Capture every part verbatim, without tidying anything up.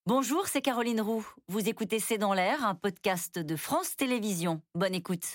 Bonjour, c'est Caroline Roux. Vous écoutez C'est dans l'air, un podcast de France Télévisions. Bonne écoute.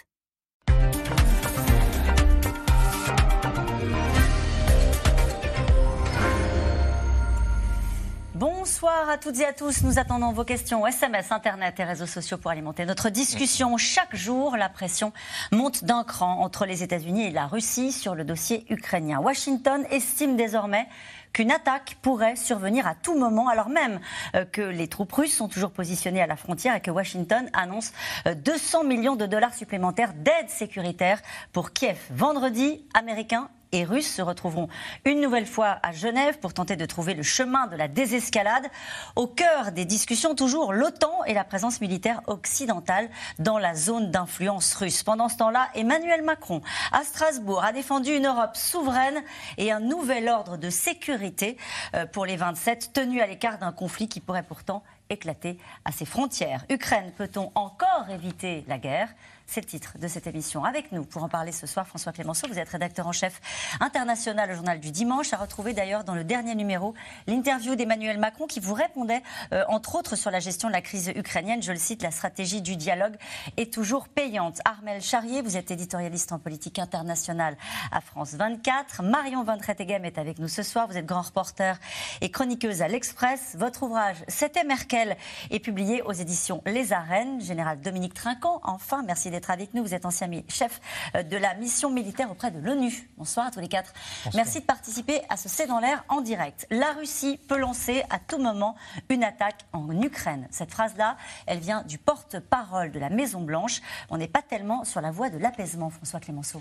Bonsoir à toutes et à tous. Nous attendons vos questions S M S, Internet et réseaux sociaux pour alimenter notre discussion. Chaque jour, la pression monte d'un cran entre les États-Unis et la Russie sur le dossier ukrainien. Washington estime désormais qu'une attaque pourrait survenir à tout moment, alors même que les troupes russes sont toujours positionnées à la frontière et que Washington annonce deux cents millions de dollars supplémentaires d'aide sécuritaire pour Kiev. Vendredi, Américains et Russes se retrouveront une nouvelle fois à Genève pour tenter de trouver le chemin de la désescalade. Au cœur des discussions, toujours l'OTAN et la présence militaire occidentale dans la zone d'influence russe. Pendant ce temps-là, Emmanuel Macron, à Strasbourg, a défendu une Europe souveraine et un nouvel ordre de sécurité pour les vingt-sept, tenus à l'écart d'un conflit qui pourrait pourtant éclater à ses frontières. Ukraine, peut-on encore éviter la guerre ? C'est le titre de cette émission. Avec nous, pour en parler ce soir, François Clémenceau, vous êtes rédacteur en chef international au Journal du Dimanche, à retrouver d'ailleurs dans le dernier numéro l'interview d'Emmanuel Macron qui vous répondait, euh, entre autres, sur la gestion de la crise ukrainienne. Je le cite, la stratégie du dialogue est toujours payante. Armelle Charrier, vous êtes éditorialiste en politique internationale à France vingt-quatre. Marion Van Tretegem est avec nous ce soir. Vous êtes grand reporter et chroniqueuse à l'Express. Votre ouvrage « C'était Merkel » est publié aux éditions Les Arènes. Général Dominique Trinquant, enfin, merci d'être avec nous. Vous êtes ancien chef de la mission militaire auprès de l'ONU. Bonsoir à tous les quatre. Bonsoir. Merci de participer à ce C'est dans l'air en direct. La Russie peut lancer à tout moment une attaque en Ukraine. Cette phrase-là, elle vient du porte-parole de la Maison-Blanche. On n'est pas tellement sur la voie de l'apaisement, François Clémenceau.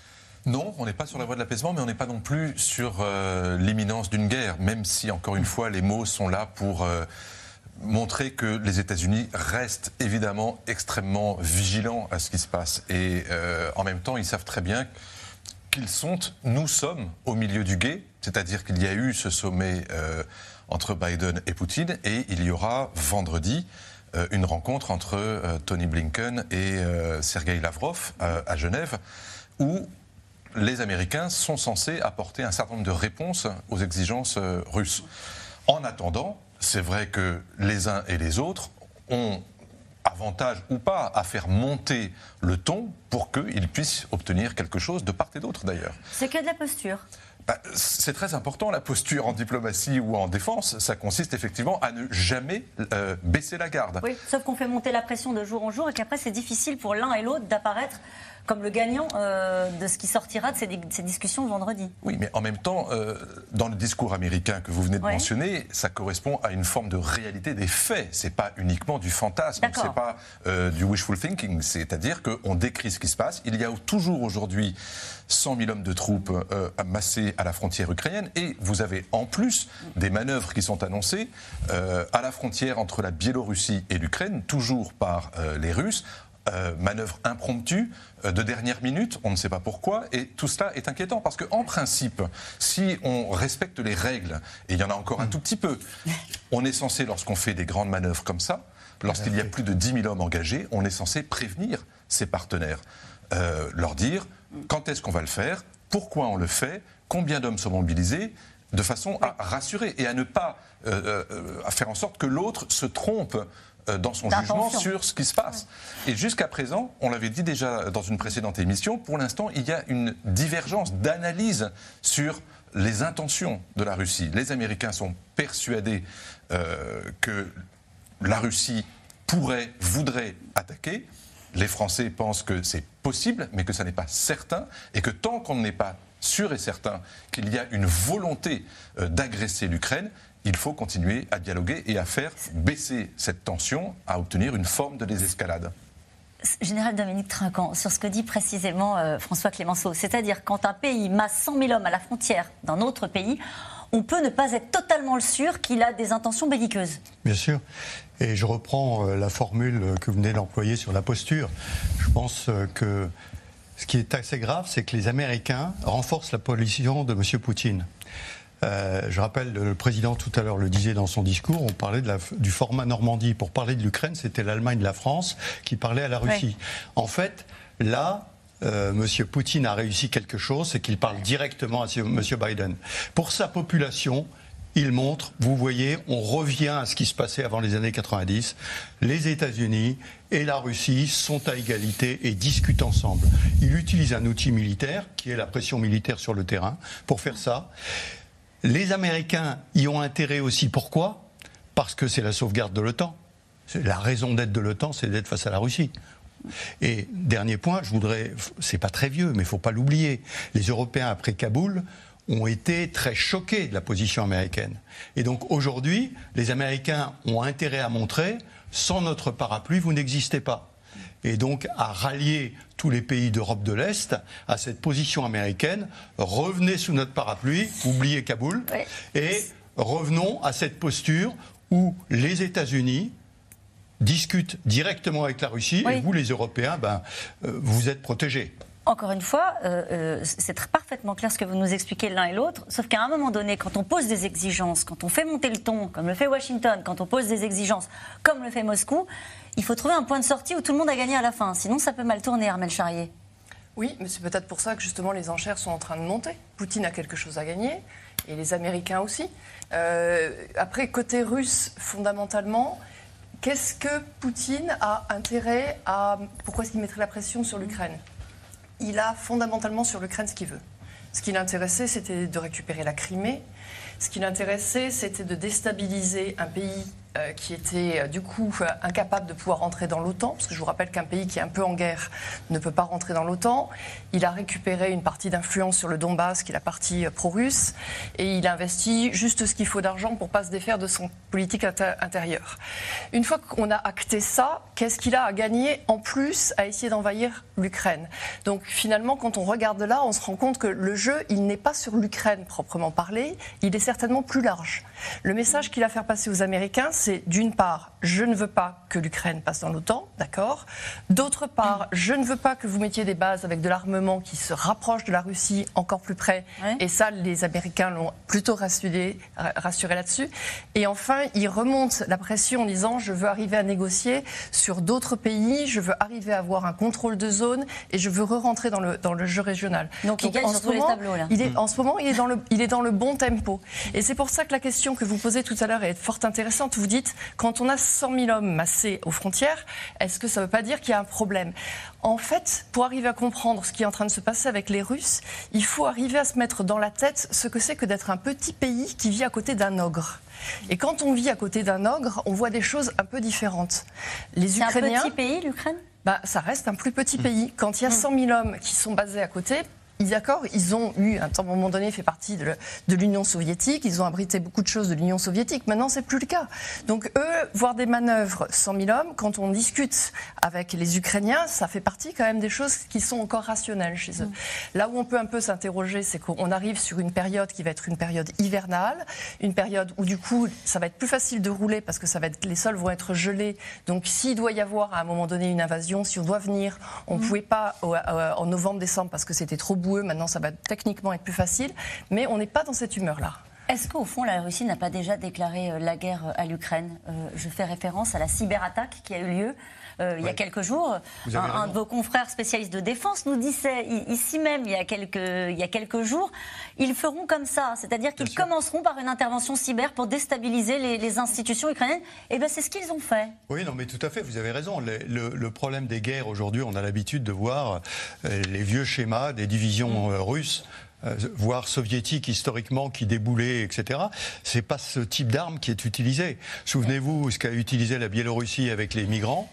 Non, on n'est pas sur la voie de l'apaisement, mais on n'est pas non plus sur euh, l'imminence d'une guerre, même si, encore une fois, les mots sont là pour Euh, montrer que les États-Unis restent évidemment extrêmement vigilants à ce qui se passe. Et euh, en même temps, ils savent très bien qu'ils sont, nous sommes au milieu du gué, c'est-à-dire qu'il y a eu ce sommet euh, entre Biden et Poutine, et il y aura vendredi euh, une rencontre entre euh, Tony Blinken et euh, Sergueï Lavrov euh, à Genève, où les Américains sont censés apporter un certain nombre de réponses aux exigences euh, russes. En attendant, c'est vrai que les uns et les autres ont avantage ou pas à faire monter le ton pour qu'ils puissent obtenir quelque chose de part et d'autre d'ailleurs. C'est que de la posture. Bah, c'est très important, la posture en diplomatie ou en défense. Ça consiste effectivement à ne jamais euh, baisser la garde. Oui, sauf qu'on fait monter la pression de jour en jour et qu'après c'est difficile pour l'un et l'autre d'apparaître comme le gagnant euh, de ce qui sortira de ces, de ces discussions vendredi. Oui, mais en même temps, euh, dans le discours américain que vous venez de ouais. mentionner, ça correspond à une forme de réalité des faits. C'est pas uniquement du fantasme, c'est pas euh, du wishful thinking. C'est-à-dire qu'on décrit ce qui se passe. Il y a toujours aujourd'hui cent mille hommes de troupes euh, amassés à la frontière ukrainienne, et vous avez en plus des manœuvres qui sont annoncées euh, à la frontière entre la Biélorussie et l'Ukraine, toujours par euh, les Russes. Euh, manœuvre impromptue, euh, de dernière minute, on ne sait pas pourquoi, et tout cela est inquiétant, parce qu'en principe, si on respecte les règles, et il y en a encore un tout petit peu, on est censé, lorsqu'on fait des grandes manœuvres comme ça, lorsqu'il y a plus de dix mille hommes engagés, on est censé prévenir ses partenaires, euh, leur dire quand est-ce qu'on va le faire, pourquoi on le fait, combien d'hommes sont mobilisés, de façon à rassurer et à ne pas euh, euh, à faire en sorte que l'autre se trompe dans son jugement sur ce qui se passe. Et jusqu'à présent, on l'avait dit déjà dans une précédente émission, pour l'instant, il y a une divergence d'analyse sur les intentions de la Russie. Les Américains sont persuadés euh, que la Russie pourrait, voudrait attaquer. Les Français pensent que c'est possible, mais que ça n'est pas certain, et que tant qu'on n'est pas sûr et certain qu'il y a une volonté euh, d'agresser l'Ukraine, il faut continuer à dialoguer et à faire baisser cette tension, à obtenir une forme de désescalade. Général Dominique Trinquant, sur ce que dit précisément euh, François Clémenceau, c'est-à-dire quand un pays masse cent mille hommes à la frontière d'un autre pays, on peut ne pas être totalement sûr qu'il a des intentions belliqueuses. Bien sûr. Et je reprends euh, la formule que vous venez d'employer sur la posture. Je pense euh, que ce qui est assez grave, c'est que les Américains renforcent la position de M. Poutine. Euh, je rappelle, le président tout à l'heure le disait dans son discours, on parlait de la, du format Normandie. Pour parler de l'Ukraine, c'était l'Allemagne et la France qui parlaient à la Russie. Oui. En fait, là, euh, M. Poutine a réussi quelque chose, c'est qu'il parle directement à M. Biden. Pour sa population, il montre, vous voyez, on revient à ce qui se passait avant les années quatre-vingt-dix. Les États-Unis et la Russie sont à égalité et discutent ensemble. Il utilise un outil militaire, qui est la pression militaire sur le terrain, pour faire ça. Les Américains y ont intérêt aussi. Pourquoi ? Parce que c'est la sauvegarde de l'OTAN. La raison d'être de l'OTAN, c'est d'être face à la Russie. Et dernier point, je voudrais, c'est pas très vieux, mais il faut pas l'oublier. Les Européens, après Kaboul, ont été très choqués de la position américaine. Et donc aujourd'hui, les Américains ont intérêt à montrer, sans notre parapluie, vous n'existez pas. Et donc à rallier tous les pays d'Europe de l'Est à cette position américaine, revenez sous notre parapluie, oubliez Kaboul, oui. Et revenons à cette posture où les États-Unis discutent directement avec la Russie, oui. Et vous les Européens, ben, euh, vous êtes protégés. Encore une fois, euh, euh, c'est parfaitement clair ce que vous nous expliquez l'un et l'autre, sauf qu'à un moment donné, quand on pose des exigences, quand on fait monter le ton, comme le fait Washington, quand on pose des exigences, comme le fait Moscou, il faut trouver un point de sortie où tout le monde a gagné à la fin, sinon ça peut mal tourner, Armelle Charrier. Oui, mais c'est peut-être pour ça que justement les enchères sont en train de monter. Poutine a quelque chose à gagner, et les Américains aussi. Euh, après, côté russe, fondamentalement, qu'est-ce que Poutine a intérêt à... Pourquoi est-ce qu'il mettrait la pression sur l'Ukraine ? Il a fondamentalement sur l'Ukraine ce qu'il veut. Ce qui l'intéressait, c'était de récupérer la Crimée. Ce qui l'intéressait, c'était de déstabiliser un pays euh, qui était euh, du coup euh, incapable de pouvoir rentrer dans l'OTAN, parce que je vous rappelle qu'un pays qui est un peu en guerre ne peut pas rentrer dans l'OTAN. Il a récupéré une partie d'influence sur le Donbass, qui est la partie euh, pro-russe, et il a investi juste ce qu'il faut d'argent pour ne pas se défaire de son politique inter- intérieure. Une fois qu'on a acté ça, qu'est-ce qu'il a à gagner en plus à essayer d'envahir l'Ukraine ? Donc finalement, quand on regarde là, on se rend compte que le jeu, il n'est pas sur l'Ukraine proprement parlé, il est certainement plus large. Le message qu'il a fait passer aux Américains, c'est d'une part, je ne veux pas que l'Ukraine passe dans l'OTAN, d'accord ? D'autre part, je ne veux pas que vous mettiez des bases avec de l'armement qui se rapproche de la Russie encore plus près. Ouais. Et ça, les Américains l'ont plutôt rassuré, rassuré là-dessus. Et enfin, il remonte la pression en disant, je veux arriver à négocier sur d'autres pays, je veux arriver à avoir un contrôle de zone et je veux re-rentrer dans le, dans le jeu régional. Donc, Donc il gagne sur tous les tableaux, là. Il est, en ce moment, il est, dans le, il est dans le bon tempo. Et c'est pour ça que la question que vous posez tout à l'heure est fort intéressante. Vous dites, quand on a cent mille hommes massés aux frontières, est-ce que ça ne veut pas dire qu'il y a un problème ? En fait, pour arriver à comprendre ce qui est en train de se passer avec les Russes, il faut arriver à se mettre dans la tête ce que c'est que d'être un petit pays qui vit à côté d'un ogre. Et quand on vit à côté d'un ogre, on voit des choses un peu différentes. Les Ukrainiens, c'est un petit pays, l'Ukraine ? Bah, ça reste un plus petit pays. Quand il y a cent mille hommes qui sont basés à côté... D'accord, ils ont eu, à un moment donné, fait partie de, le, de l'Union soviétique, ils ont abrité beaucoup de choses de l'Union soviétique, maintenant c'est plus le cas. Donc eux, voir des manœuvres cent mille hommes, quand on discute avec les Ukrainiens, ça fait partie quand même des choses qui sont encore rationnelles chez eux. Mmh. Là où on peut un peu s'interroger, c'est qu'on arrive sur une période qui va être une période hivernale, une période où du coup, ça va être plus facile de rouler parce que ça va être, les sols vont être gelés. Donc s'il doit y avoir à un moment donné une invasion, si on doit venir, on ne mmh. pouvait pas au, euh, en novembre-décembre parce que c'était trop boueux. Maintenant, ça va techniquement être plus facile, mais on n'est pas dans cette humeur-là. Est-ce qu'au fond, la Russie n'a pas déjà déclaré la guerre à l'Ukraine ? euh, Je fais référence à la cyberattaque qui a eu lieu euh, il ouais. y a quelques jours. Un, un de vos confrères spécialistes de défense nous disait ici même, il y a quelques, il y a quelques jours, ils feront comme ça, c'est-à-dire qu'ils commenceront par une intervention cyber pour déstabiliser les, les institutions ukrainiennes. Et bien, c'est ce qu'ils ont fait. Oui, non, mais tout à fait, vous avez raison. Le, le, le problème des guerres aujourd'hui, on a l'habitude de voir euh, les vieux schémas des divisions euh, russes. Euh, voire soviétiques historiquement qui déboulaient, et cetera. C'est pas ce type d'arme qui est utilisé. Souvenez-vous ce qu'a utilisé la Biélorussie avec les migrants.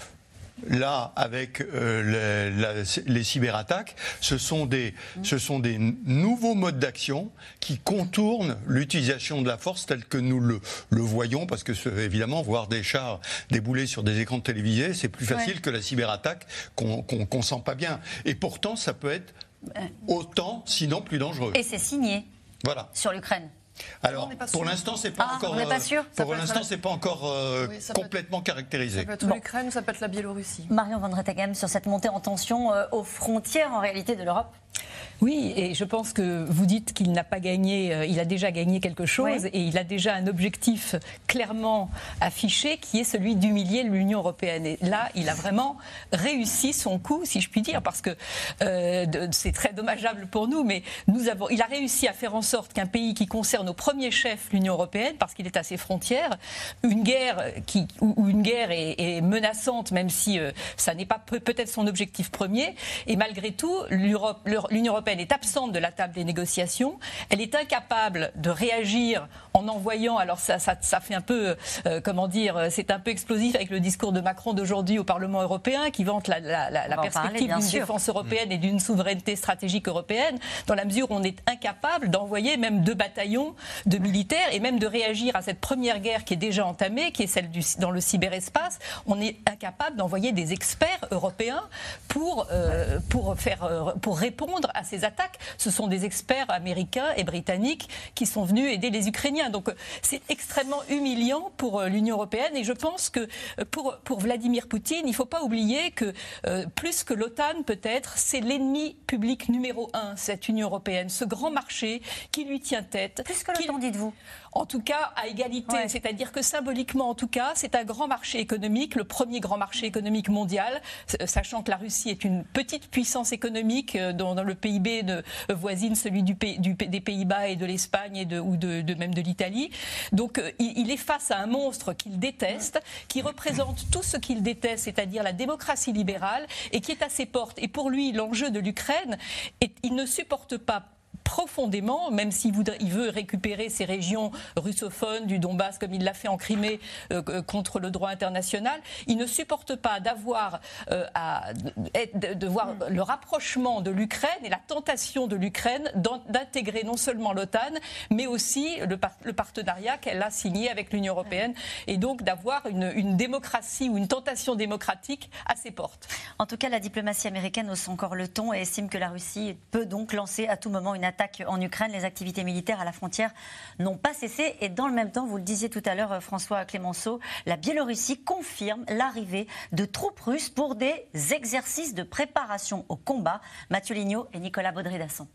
Là, avec euh, les, la, les cyberattaques, ce sont, des, ce sont des nouveaux modes d'action qui contournent l'utilisation de la force telle que nous le, le voyons, parce que évidemment, voir des chars débouler sur des écrans de télévisés, c'est plus facile ouais. que la cyberattaque qu'on qu'on, qu'on sent pas bien. Et pourtant, ça peut être autant, sinon plus dangereux. Et c'est signé voilà. sur l'Ukraine. Alors, pour l'instant, c'est pas ah, encore. On n'est pas sûr. Pour l'instant, c'est pas encore euh, oui, complètement être, caractérisé. Ça peut être bon. l'Ukraine ou ça peut être la Biélorussie. Marion Van Rettegem, sur cette montée en tension euh, aux frontières, en réalité, de l'Europe. Oui, et je pense que vous dites qu'il n'a pas gagné, euh, il a déjà gagné quelque chose, oui. Et il a déjà un objectif clairement affiché qui est celui d'humilier l'Union européenne. Et là, il a vraiment réussi son coup, si je puis dire, parce que euh, de, c'est très dommageable pour nous, mais nous avons, il a réussi à faire en sorte qu'un pays qui concerne au premier chef l'Union européenne, parce qu'il est à ses frontières, une guerre qui, où une guerre est, est menaçante, même si euh, ça n'est pas peut-être son objectif premier, et malgré tout, l'Europe, l'Union européenne est absente de la table des négociations. Elle est incapable de réagir en envoyant, alors ça, ça, ça fait un peu, euh, comment dire, c'est un peu explosif avec le discours de Macron d'aujourd'hui au Parlement européen qui vante la, la, la, la perspective d'une défense européenne et d'une souveraineté stratégique européenne, dans la mesure où on est incapable d'envoyer même deux bataillons de militaires et même de réagir à cette première guerre qui est déjà entamée, qui est celle du, dans le cyberespace. On est incapable d'envoyer des experts européens pour, euh, pour, faire, pour répondre à ces attaques. Ce sont des experts américains et britanniques qui sont venus aider les Ukrainiens. Donc c'est extrêmement humiliant pour l'Union européenne et je pense que pour, pour Vladimir Poutine, il ne faut pas oublier que euh, plus que l'OTAN peut-être, c'est l'ennemi public numéro un, cette Union européenne, ce grand marché qui lui tient tête. Plus que l'OTAN, dites-vous ? En tout cas, à égalité. Ouais. C'est-à-dire que symboliquement, en tout cas, c'est un grand marché économique, le premier grand marché économique mondial, sachant que la Russie est une petite puissance économique dont, dans le P I B de, voisine celui du, du, des Pays-Bas et de l'Espagne et de, ou de, de même de l'Italie. Donc, il, il est face à un monstre qu'il déteste, qui représente tout ce qu'il déteste, c'est-à-dire la démocratie libérale, et qui est à ses portes. Et pour lui, l'enjeu de l'Ukraine, il ne supporte pas profondément, même s'il voudrait, il veut récupérer ces régions russophones du Donbass comme il l'a fait en Crimée euh, contre le droit international, il ne supporte pas d'avoir euh, à, de, de voir le rapprochement de l'Ukraine et la tentation de l'Ukraine d'intégrer non seulement l'OTAN, mais aussi le, par, le partenariat qu'elle a signé avec l'Union européenne, et donc d'avoir une, une démocratie ou une tentation démocratique à ses portes. En tout cas, la diplomatie américaine hausse encore le ton et estime que la Russie peut donc lancer à tout moment une attaque en Ukraine. Les activités militaires à la frontière n'ont pas cessé et dans le même temps, vous le disiez tout à l'heure François Clémenceau, la Biélorussie confirme l'arrivée de troupes russes pour des exercices de préparation au combat. Mathieu Lignot et Nicolas Baudry-Dasson.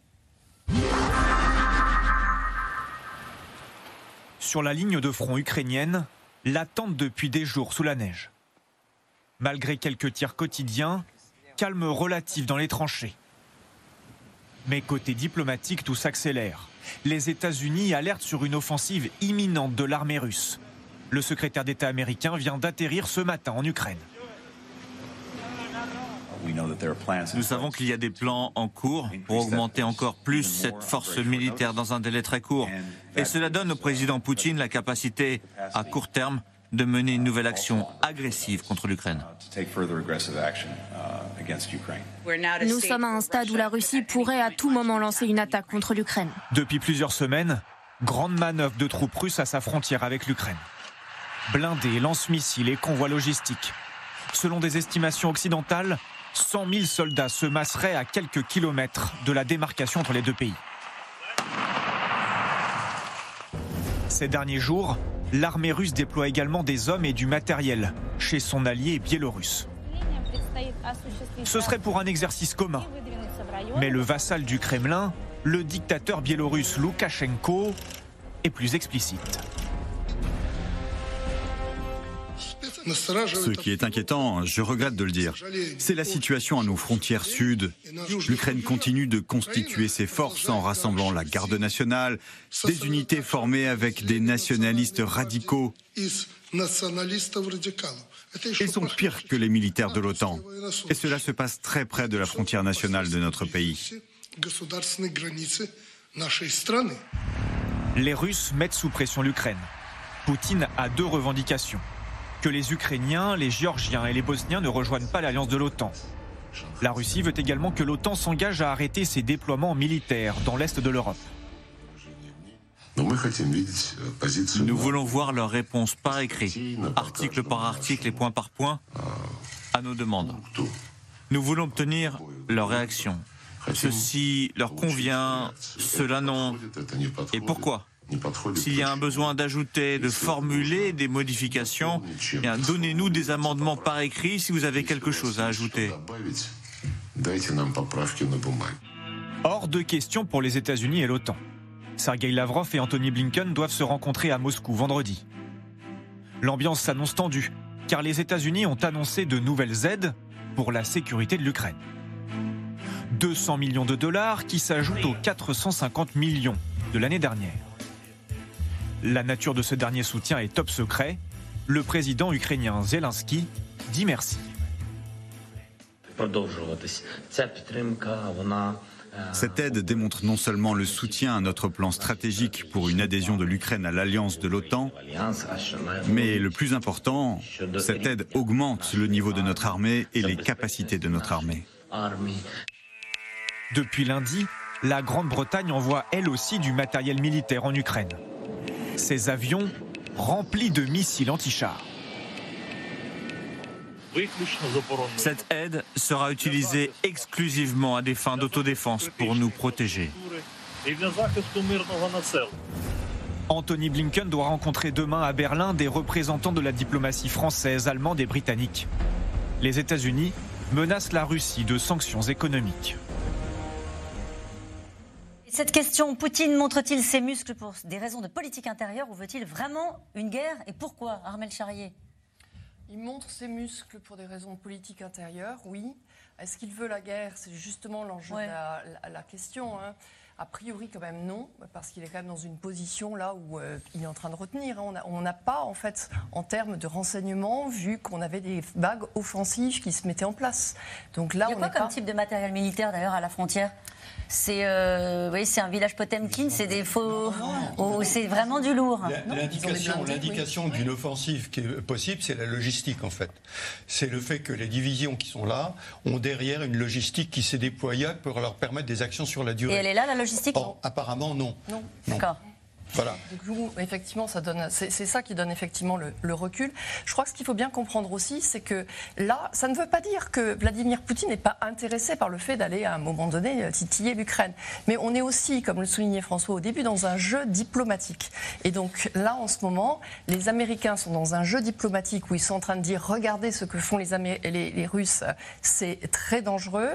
Sur la ligne de front ukrainienne, l'attente depuis des jours sous la neige. Malgré quelques tirs quotidiens, calme relatif dans les tranchées. Mais côté diplomatique, tout s'accélère. Les États-Unis alertent sur une offensive imminente de l'armée russe. Le secrétaire d'État américain vient d'atterrir ce matin en Ukraine. Nous savons qu'il y a des plans en cours pour augmenter encore plus cette force militaire dans un délai très court. Et cela donne au président Poutine la capacité, à court terme, de mener une nouvelle action agressive contre l'Ukraine. Nous sommes à un stade où la Russie pourrait à tout moment lancer une attaque contre l'Ukraine. Depuis plusieurs semaines, grande manœuvre de troupes russes à sa frontière avec l'Ukraine. Blindés, lance-missiles et convois logistiques. Selon des estimations occidentales, cent mille soldats se masseraient à quelques kilomètres de la démarcation entre les deux pays. Ces derniers jours, l'armée russe déploie également des hommes et du matériel chez son allié biélorusse. Ce serait pour un exercice commun. Mais le vassal du Kremlin, le dictateur biélorusse Loukachenko, est plus explicite. Ce qui est inquiétant, je regrette de le dire, c'est la situation à nos frontières sud. L'Ukraine continue de constituer ses forces en rassemblant la garde nationale, des unités formées avec des nationalistes radicaux. Ils sont pires que les militaires de l'OTAN. Et cela se passe très près de la frontière nationale de notre pays. Les Russes mettent sous pression l'Ukraine. Poutine a deux revendications. Que les Ukrainiens, les Géorgiens et les Bosniens ne rejoignent pas l'alliance de l'OTAN. La Russie veut également que l'OTAN s'engage à arrêter ses déploiements militaires dans l'est de l'Europe. Nous voulons voir leur réponse par écrit, article par article et point par point, à nos demandes. Nous voulons obtenir leur réaction. Ceci leur convient, cela non. Et pourquoi ? S'il y a un besoin d'ajouter, de formuler des modifications, bien, donnez-nous des amendements par écrit si vous avez quelque chose à ajouter. Hors de question pour les États-Unis et l'OTAN. Sergei Lavrov et Antony Blinken doivent se rencontrer à Moscou vendredi. L'ambiance s'annonce tendue, car les États-Unis ont annoncé de nouvelles aides pour la sécurité de l'Ukraine. deux cents millions de dollars qui s'ajoutent aux quatre cent cinquante millions de l'année dernière. La nature de ce dernier soutien est top secret. Le président ukrainien Zelensky dit merci. Cette aide démontre non seulement le soutien à notre plan stratégique pour une adhésion de l'Ukraine à l'alliance de l'OTAN, mais le plus important, cette aide augmente le niveau de notre armée et les capacités de notre armée. Depuis lundi, la Grande-Bretagne envoie elle aussi du matériel militaire en Ukraine. Ces avions remplis de missiles anti-chars. Cette aide sera utilisée exclusivement à des fins d'autodéfense pour nous protéger. Antony Blinken doit rencontrer demain à Berlin des représentants de la diplomatie française, allemande et britannique. Les États-Unis menacent la Russie de sanctions économiques. Cette question, Poutine montre-t-il ses muscles pour des raisons de politique intérieure ou veut-il vraiment une guerre et pourquoi, Armelle Charrier? Il montre ses muscles pour des raisons de politique intérieure, oui. Est-ce qu'il veut la guerre? C'est justement l'enjeu ouais. de la, la, la question. Hein. A priori, quand même, non, parce qu'il est quand même dans une position là où euh, il est en train de retenir. Hein. On n'a pas, en fait, en termes de renseignements, vu qu'on avait des vagues offensives qui se mettaient en place. Donc là, il y a on quoi comme pas... type de matériel militaire, d'ailleurs, à la frontière? C'est euh, oui, c'est un village Potemkin, c'est des faux, oh, c'est vraiment du lourd. L'indication, l'indication oui. d'une offensive qui est possible, c'est la logistique en fait. C'est le fait que les divisions qui sont là ont derrière une logistique qui s'est déployée pour leur permettre des actions sur la durée. Et elle est là, la logistique? Or, apparemment non. Non. non. D'accord. Voilà. Du coup, effectivement, ça donne, c'est, c'est ça qui donne effectivement le, le recul. Je crois que ce qu'il faut bien comprendre aussi, c'est que là, ça ne veut pas dire que Vladimir Poutine n'est pas intéressé par le fait d'aller à un moment donné titiller l'Ukraine. Mais on est aussi, comme le soulignait François au début, dans un jeu diplomatique. Et donc là, en ce moment, les Américains sont dans un jeu diplomatique où ils sont en train de dire, regardez ce que font les, Amé- les, les Russes, c'est très dangereux.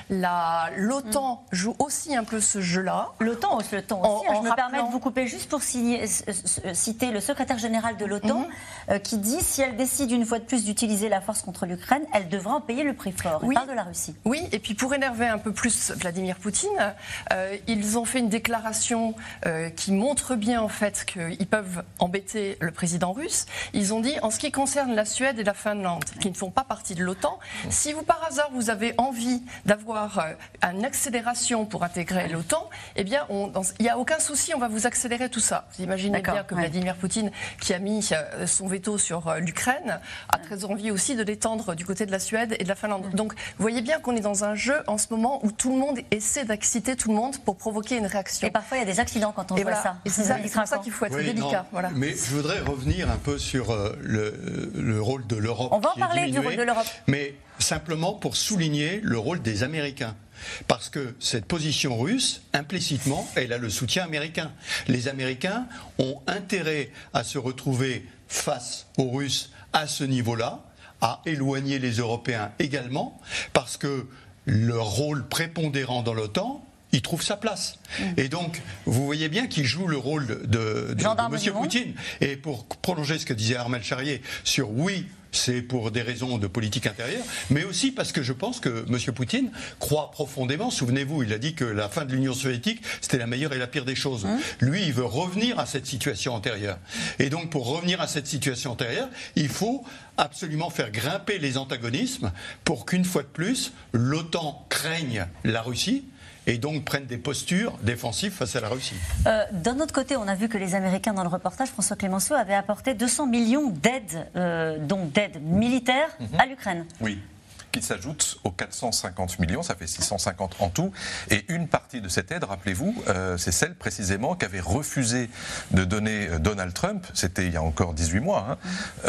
La, L'OTAN mm. joue aussi un peu ce jeu-là. L'OTAN hausse le ton aussi. En, en je me rappelant... permets de vous couper juste pour signer, citer le secrétaire général de l'OTAN mmh. euh, qui dit si elle décide une fois de plus d'utiliser la force contre l'Ukraine, elle devra en payer le prix fort. Il oui. parle de la Russie. Oui, et puis pour énerver un peu plus Vladimir Poutine, euh, ils ont fait une déclaration euh, qui montre bien en fait qu'ils peuvent embêter le président russe. Ils ont dit en ce qui concerne la Suède et la Finlande, qui ne font pas partie de l'OTAN, mmh. si vous par hasard vous avez envie d'avoir euh, une accélération pour intégrer l'OTAN, eh bien il n'y a aucun souci, on va vous accélérer tout ça. Vous imaginez D'accord, bien que ouais. Vladimir Poutine, qui a mis son veto sur l'Ukraine, a très envie aussi de l'étendre du côté de la Suède et de la Finlande. Ouais. Donc, vous voyez bien qu'on est dans un jeu en ce moment où tout le monde essaie d'exciter tout le monde pour provoquer une réaction. Et parfois, il y a des accidents quand on et voit voilà. ça. Et c'est, ça, c'est pour ça qu'il faut être oui, délicat. Voilà. Mais je voudrais revenir un peu sur euh, le, le rôle de l'Europe. On va en parler du rôle de l'Europe. Mais simplement pour souligner le rôle des Américains. Parce que cette position russe, implicitement, elle a le soutien américain. Les Américains ont intérêt à se retrouver face aux Russes à ce niveau-là, à éloigner les Européens également, parce que leur rôle prépondérant dans l'OTAN, il trouve sa place. Mmh. Et donc, vous voyez bien qu'il joue le rôle de, de, de, de M. Poutine. Et pour prolonger ce que disait Armelle Charrier sur oui, c'est pour des raisons de politique intérieure, mais aussi parce que je pense que M. Poutine croit profondément, souvenez-vous, il a dit que la fin de l'Union soviétique, c'était la meilleure et la pire des choses. Mmh. Lui, il veut revenir à cette situation antérieure. Et donc, pour revenir à cette situation antérieure, il faut absolument faire grimper les antagonismes pour qu'une fois de plus, l'OTAN craigne la Russie, et donc prennent des postures défensives face à la Russie. Euh, d'un autre côté, on a vu que les Américains, dans le reportage, François Clémenceau, avaient apporté deux cents millions d'aides, euh, dont d'aide militaire mm-hmm. à l'Ukraine. Oui. Qui s'ajoute aux quatre cent cinquante millions, ça fait six cent cinquante en tout. Et une partie de cette aide, rappelez-vous, euh, c'est celle précisément qu'avait refusé de donner Donald Trump, c'était il y a encore dix-huit mois, hein,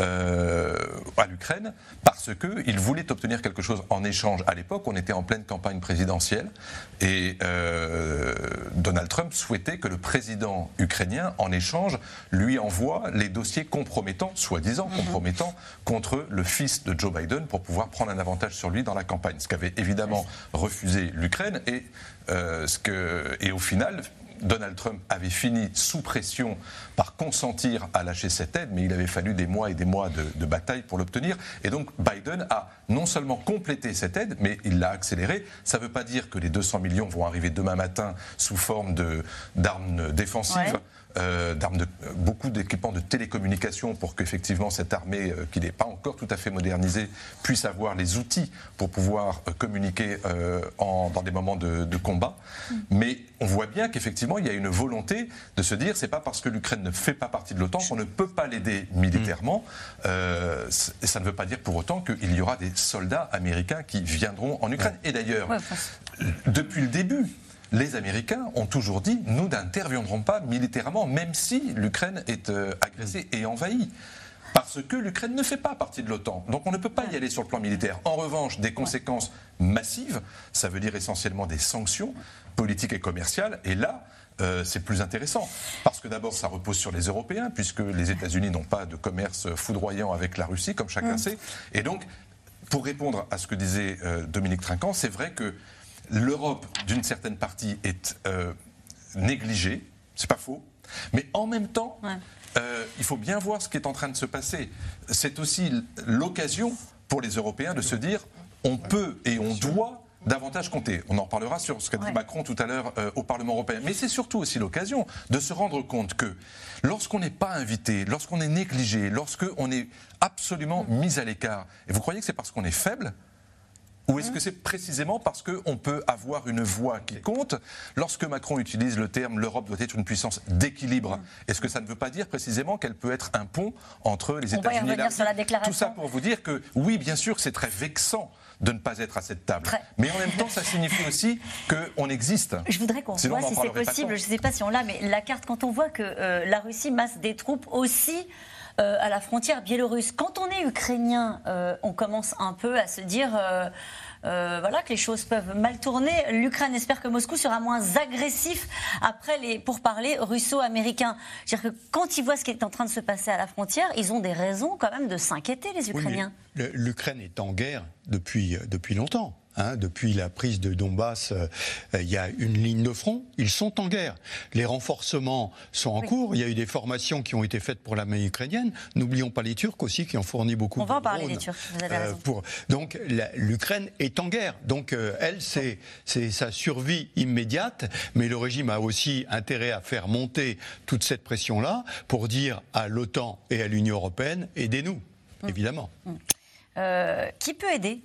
euh, à l'Ukraine, parce qu'il voulait obtenir quelque chose en échange. À l'époque, on était en pleine campagne présidentielle et euh, Donald Trump souhaitait que le président ukrainien, en échange, lui envoie les dossiers compromettants, soi-disant compromettants, contre le fils de Joe Biden pour pouvoir prendre un avantage davantage sur lui dans la campagne, ce qu'avait évidemment refusé l'Ukraine et, euh, ce que, et au final, Donald Trump avait fini sous pression par consentir à lâcher cette aide, mais il avait fallu des mois et des mois de, de bataille pour l'obtenir. Et donc Biden a non seulement complété cette aide, mais il l'a accélérée. Ça ne veut pas dire que les deux cents millions vont arriver demain matin sous forme de, d'armes défensives. Ouais. Euh, d'armes de, beaucoup d'équipements de télécommunications pour qu'effectivement cette armée, euh, qui n'est pas encore tout à fait modernisée, puisse avoir les outils pour pouvoir euh, communiquer euh, en, dans des moments de, de combat. Mm. Mais on voit bien qu'effectivement il y a une volonté de se dire c'est pas parce que l'Ukraine ne fait pas partie de l'OTAN qu'on ne peut pas l'aider militairement. Mm. Euh, et ça ne veut pas dire pour autant qu'il y aura des soldats américains qui viendront en Ukraine. Ouais. Et d'ailleurs, ouais, depuis le début, les Américains ont toujours dit « nous n'interviendrons pas militairement, même si l'Ukraine est euh, agressée et envahie ». Parce que l'Ukraine ne fait pas partie de l'OTAN. Donc on ne peut pas y aller sur le plan militaire. En revanche, des conséquences massives, ça veut dire essentiellement des sanctions politiques et commerciales. Et là, euh, c'est plus intéressant. Parce que d'abord, ça repose sur les Européens, puisque les États-Unis n'ont pas de commerce foudroyant avec la Russie, comme chacun mmh. sait. Et donc, pour répondre à ce que disait euh, Dominique Trinquant, c'est vrai que l'Europe, d'une certaine partie, est euh, négligée, c'est pas faux, mais en même temps, ouais. euh, il faut bien voir ce qui est en train de se passer. C'est aussi l'occasion pour les Européens de se dire on peut et on doit davantage compter. On en reparlera sur ce qu'a dit ouais. Macron tout à l'heure euh, au Parlement européen. Mais c'est surtout aussi l'occasion de se rendre compte que lorsqu'on n'est pas invité, lorsqu'on est négligé, lorsqu'on est absolument mis à l'écart, et vous croyez que c'est parce qu'on est faible ? Ou est-ce que c'est précisément parce qu'on peut avoir une voix qui compte ? Lorsque Macron utilise le terme « l'Europe doit être une puissance d'équilibre », est-ce que ça ne veut pas dire précisément qu'elle peut être un pont entre les États-Unis et la Russie ? Tout ça pour vous dire que, oui, bien sûr, c'est très vexant de ne pas être à cette table. Très. Mais en même temps, ça signifie aussi qu'on existe. Je voudrais qu'on voit si c'est possible, je ne sais pas si on l'a, mais la carte, quand on voit que euh, la Russie masse des troupes aussi euh, à la frontière biélorusse, quand on est ukrainien, euh, on commence un peu à se dire... Euh, Euh, voilà, que les choses peuvent mal tourner. L'Ukraine espère que Moscou sera moins agressif après les pourparlers russo-américains. C'est-à-dire que quand ils voient ce qui est en train de se passer à la frontière, ils ont des raisons quand même de s'inquiéter, les Ukrainiens. Oui, l'Ukraine est en guerre depuis, depuis longtemps. Hein, depuis la prise de Donbass, euh, il y a une ligne de front, ils sont en guerre. Les renforcements sont en oui. cours, il y a eu des formations qui ont été faites pour l'armée ukrainienne. N'oublions pas les Turcs aussi qui ont fourni beaucoup de drones. On va en parler des Turcs, vous avez raison. Euh, pour... Donc l'Ukraine est en guerre. Donc euh, elle, c'est, c'est sa survie immédiate, mais le régime a aussi intérêt à faire monter toute cette pression-là pour dire à l'OTAN et à l'Union européenne, aidez-nous, mmh. évidemment. Mmh. Euh, qui peut aider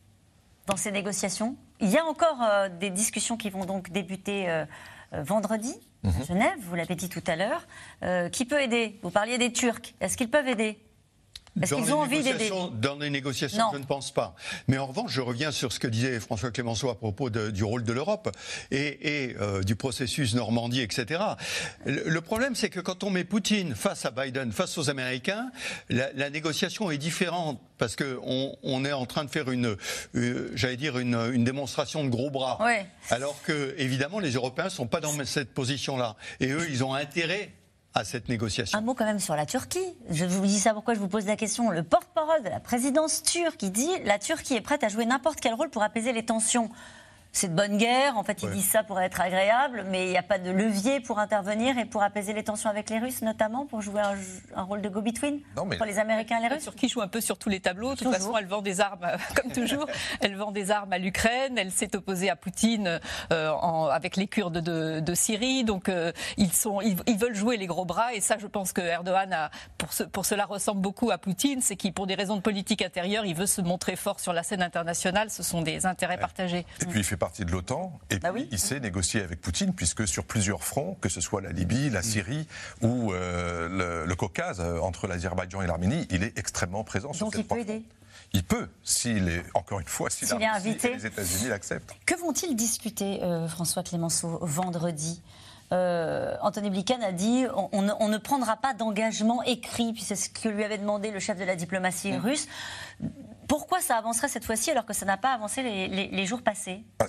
dans ces négociations? Il y a encore euh, des discussions qui vont donc débuter euh, euh, vendredi mmh. à Genève, vous l'avez dit tout à l'heure. Euh, qui peut aider? Vous parliez des Turcs. Est-ce qu'ils peuvent aider? Est-ce qu'ils ont envie d'aider? Dans les négociations, non. je ne pense pas. Mais en revanche, je reviens sur ce que disait François Clémenceau à propos de, du rôle de l'Europe et, et euh, du processus Normandie, et cetera. Le, le problème, c'est que quand on met Poutine face à Biden, face aux Américains, la, la négociation est différente parce qu'on on est en train de faire une, euh, j'allais dire, une, une démonstration de gros bras. Ouais. Alors que, évidemment, les Européens ne sont pas dans cette position-là. Et eux, ils ont intérêt à cette négociation. Un mot quand même sur la Turquie. Je vous dis ça pourquoi je vous pose la question. Le porte-parole de la présidence turque, il dit la Turquie est prête à jouer n'importe quel rôle pour apaiser les tensions. C'est de bonne guerre, en fait ils ouais. disent ça pour être agréable, mais il n'y a pas de levier pour intervenir et pour apaiser les tensions avec les Russes, notamment pour jouer un, un rôle de go-between entre les Américains et les Russes. La Turquie joue un peu sur tous les tableaux, de toute façon elle vend des armes, comme toujours, elle vend des armes à l'Ukraine, elle s'est opposée à Poutine euh, en, avec les Kurdes de, de Syrie, donc euh, ils, sont, ils, ils veulent jouer les gros bras, et ça je pense que Erdogan, a, pour, ce, pour cela ressemble beaucoup à Poutine, c'est qu'il pour des raisons de politique intérieure, il veut se montrer fort sur la scène internationale, ce sont des intérêts ouais. partagés. Et puis il fait partie de l'OTAN, et bah puis oui. il sait négocier avec Poutine, puisque sur plusieurs fronts, que ce soit la Libye, la Syrie mmh. ou euh, le, le Caucase, euh, entre l'Azerbaïdjan et l'Arménie, il est extrêmement présent. Donc sur cette il peut aider. Il peut, s'il est, encore une fois, s'il, s'il est invité. Et les États-Unis l'acceptent. Que vont-ils discuter, euh, François Clémenceau, vendredi? Euh, Anthony Blinken a dit on, on, ne, on ne prendra pas d'engagement écrit, puis c'est ce que lui avait demandé le chef de la diplomatie mmh. russe. Pourquoi ça avancerait cette fois-ci alors que ça n'a pas avancé les, les, les jours passés? ah,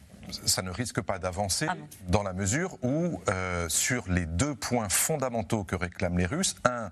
Ça ne risque pas d'avancer ah bon. dans la mesure où, euh, sur les deux points fondamentaux que réclament les Russes, un,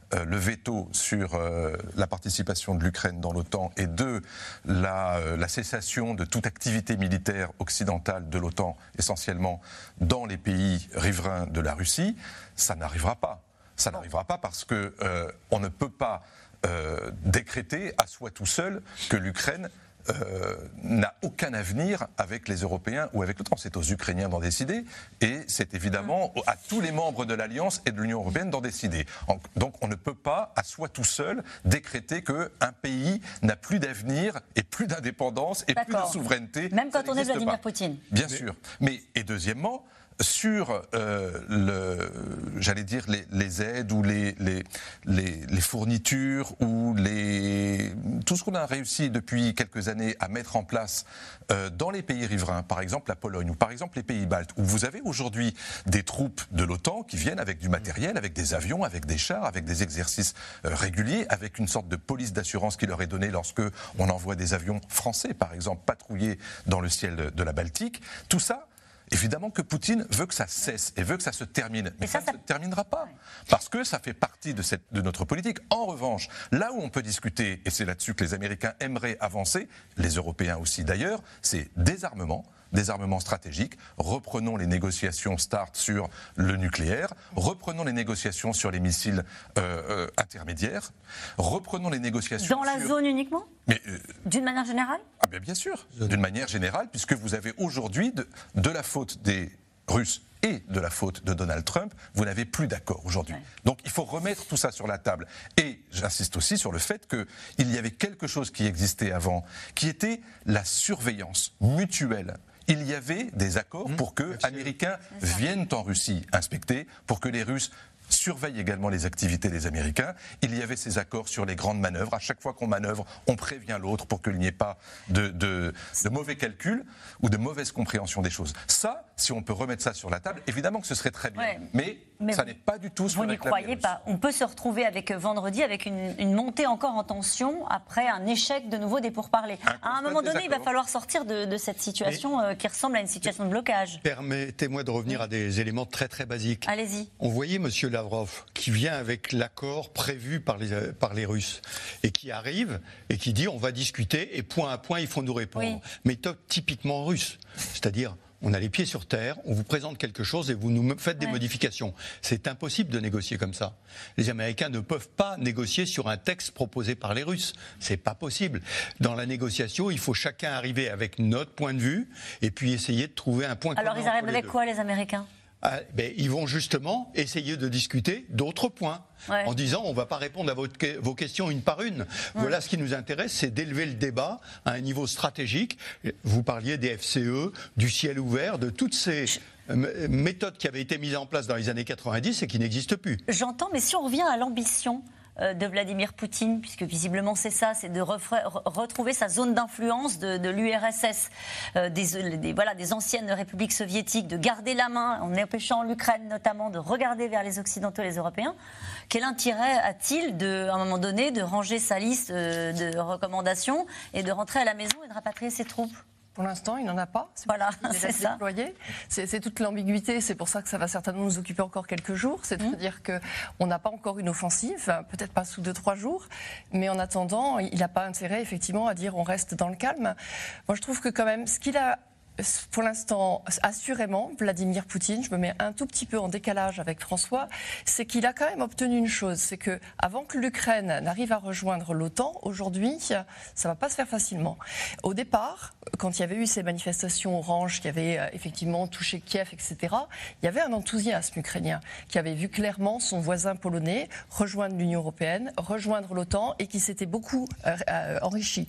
euh, le veto sur euh, la participation de l'Ukraine dans l'OTAN et deux, la, euh, la cessation de toute activité militaire occidentale de l'OTAN, essentiellement dans les pays riverains de la Russie, ça n'arrivera pas. Ça n'arrivera pas parce que euh, on ne peut pas euh, décréter à soi tout seul que l'Ukraine Euh, n'a aucun avenir avec les Européens ou avec l'OTAN. C'est aux Ukrainiens d'en décider et c'est évidemment à tous les membres de l'Alliance et de l'Union européenne d'en décider. Donc on ne peut pas, à soi tout seul, décréter qu'un pays n'a plus d'avenir et plus d'indépendance et plus de souveraineté. Même quand on est Vladimir pas. Poutine. Bien Mais... sûr. Mais, et deuxièmement, sur, euh, le, j'allais dire, les, les aides ou les, les, les, les fournitures ou les, tout ce qu'on a réussi depuis quelques années à mettre en place euh, dans les pays riverains, par exemple la Pologne ou par exemple les pays baltes, où vous avez aujourd'hui des troupes de l'OTAN qui viennent avec du matériel, avec des avions, avec des chars, avec des exercices euh, réguliers, avec une sorte de police d'assurance qui leur est donnée lorsque on envoie des avions français, par exemple, patrouiller dans le ciel de, de la Baltique. Tout ça, évidemment que Poutine veut que ça cesse et veut que ça se termine. Mais ça, ça ne se terminera pas. Parce que ça fait partie de, cette, de notre politique. En revanche, là où on peut discuter, et c'est là-dessus que les Américains aimeraient avancer, les Européens aussi d'ailleurs, c'est désarmement. Désarmement stratégique, reprenons les négociations START sur le nucléaire, reprenons les négociations sur les missiles euh, euh, intermédiaires, reprenons les négociations Dans la sur... zone uniquement Mais euh... D'une manière générale Ah bien, bien sûr, d'une manière générale, puisque vous avez aujourd'hui, de, de la faute des Russes et de la faute de Donald Trump, vous n'avez plus d'accord aujourd'hui. Ouais. Donc il faut remettre tout ça sur la table. Et j'insiste aussi sur le fait qu'il y avait quelque chose qui existait avant, qui était la surveillance mutuelle. Il y avait des accords pour que les Américains viennent en Russie inspecter, pour que les Russes surveillent également les activités des Américains. Il y avait ces accords sur les grandes manœuvres. À chaque fois qu'on manœuvre, on prévient l'autre pour qu'il n'y ait pas de, de, de mauvais calculs ou de mauvaise compréhension des choses. Ça, si on peut remettre ça sur la table, évidemment que ce serait très bien. Ouais, mais, mais ça n'est pas du tout ce Vous n'y croyez pas. On peut se retrouver avec vendredi avec une, une montée encore en tension après un échec de nouveau des pourparlers. Un à un moment donné, il va falloir sortir de, de cette situation euh, qui ressemble à une situation de blocage. Permettez-moi de revenir à des éléments très très basiques. Allez-y. On voyait monsieur Lavrov qui vient avec l'accord prévu par les, par les Russes et qui arrive et qui dit on va discuter et point à point il faut nous répondre. Oui. Méthode typiquement russe, c'est-à-dire on a les pieds sur terre, on vous présente quelque chose et vous nous faites des ouais. modifications. C'est impossible de négocier comme ça. Les Américains ne peuvent pas négocier sur un texte proposé par les Russes. C'est pas possible. Dans la négociation, il faut chacun arriver avec notre point de vue et puis essayer de trouver un point commun. Alors ils arrivent avec quoi les Américains ? Ah, ben, ils vont justement essayer de discuter d'autres points. Ouais. En disant on ne va pas répondre à votre, vos questions une par une. Ouais. Voilà, ce qui nous intéresse, c'est d'élever le débat à un niveau stratégique. Vous parliez des F C E, du ciel ouvert, de toutes ces Je... méthodes qui avaient été mises en place dans les années quatre-vingt-dix et qui n'existent plus. J'entends, mais si on revient à l'ambition de Vladimir Poutine, puisque visiblement c'est ça, c'est de refra- retrouver sa zone d'influence de, de l'U R S S, euh, des, des, voilà, des anciennes républiques soviétiques, de garder la main en empêchant l'Ukraine notamment de regarder vers les Occidentaux et les Européens. Quel intérêt a-t-il, de, à un moment donné, de ranger sa liste de recommandations et de rentrer à la maison et de rapatrier ses troupes ? Pour l'instant, il n'en a pas. C'est voilà, c'est ça. C'est, c'est toute l'ambiguïté. C'est pour ça que ça va certainement nous occuper encore quelques jours. C'est-à-dire mmh. qu'on n'a pas encore une offensive, peut-être pas sous deux, trois jours. Mais en attendant, il n'a pas intérêt, effectivement, à dire on reste dans le calme. Moi, je trouve que quand même, ce qu'il a... Pour l'instant, assurément, Vladimir Poutine, je me mets un tout petit peu en décalage avec François, c'est qu'il a quand même obtenu une chose, c'est que avant que l'Ukraine n'arrive à rejoindre l'OTAN, aujourd'hui, ça ne va pas se faire facilement. Au départ, quand il y avait eu ces manifestations oranges qui avaient effectivement touché Kiev, et cetera, il y avait un enthousiasme ukrainien qui avait vu clairement son voisin polonais rejoindre l'Union européenne, rejoindre l'OTAN et qui s'était beaucoup euh, enrichi.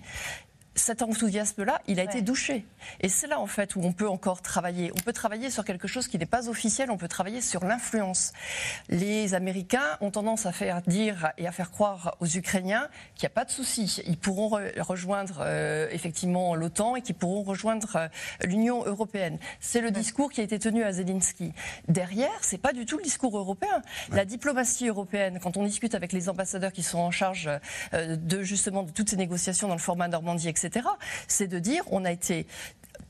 Cet enthousiasme-là, il a ouais. été douché. Et c'est là, en fait, où on peut encore travailler. On peut travailler sur quelque chose qui n'est pas officiel, on peut travailler sur l'influence. Les Américains ont tendance à faire dire et à faire croire aux Ukrainiens qu'il n'y a pas de souci. Ils pourront re- rejoindre euh, effectivement l'OTAN et qu'ils pourront rejoindre euh, l'Union européenne. C'est le ouais. discours qui a été tenu à Zelensky. Derrière, c'est pas du tout le discours européen. Ouais. La diplomatie européenne, quand on discute avec les ambassadeurs qui sont en charge euh, de, justement, de toutes ces négociations dans le format Normandie, et cetera, c'est de dire on a été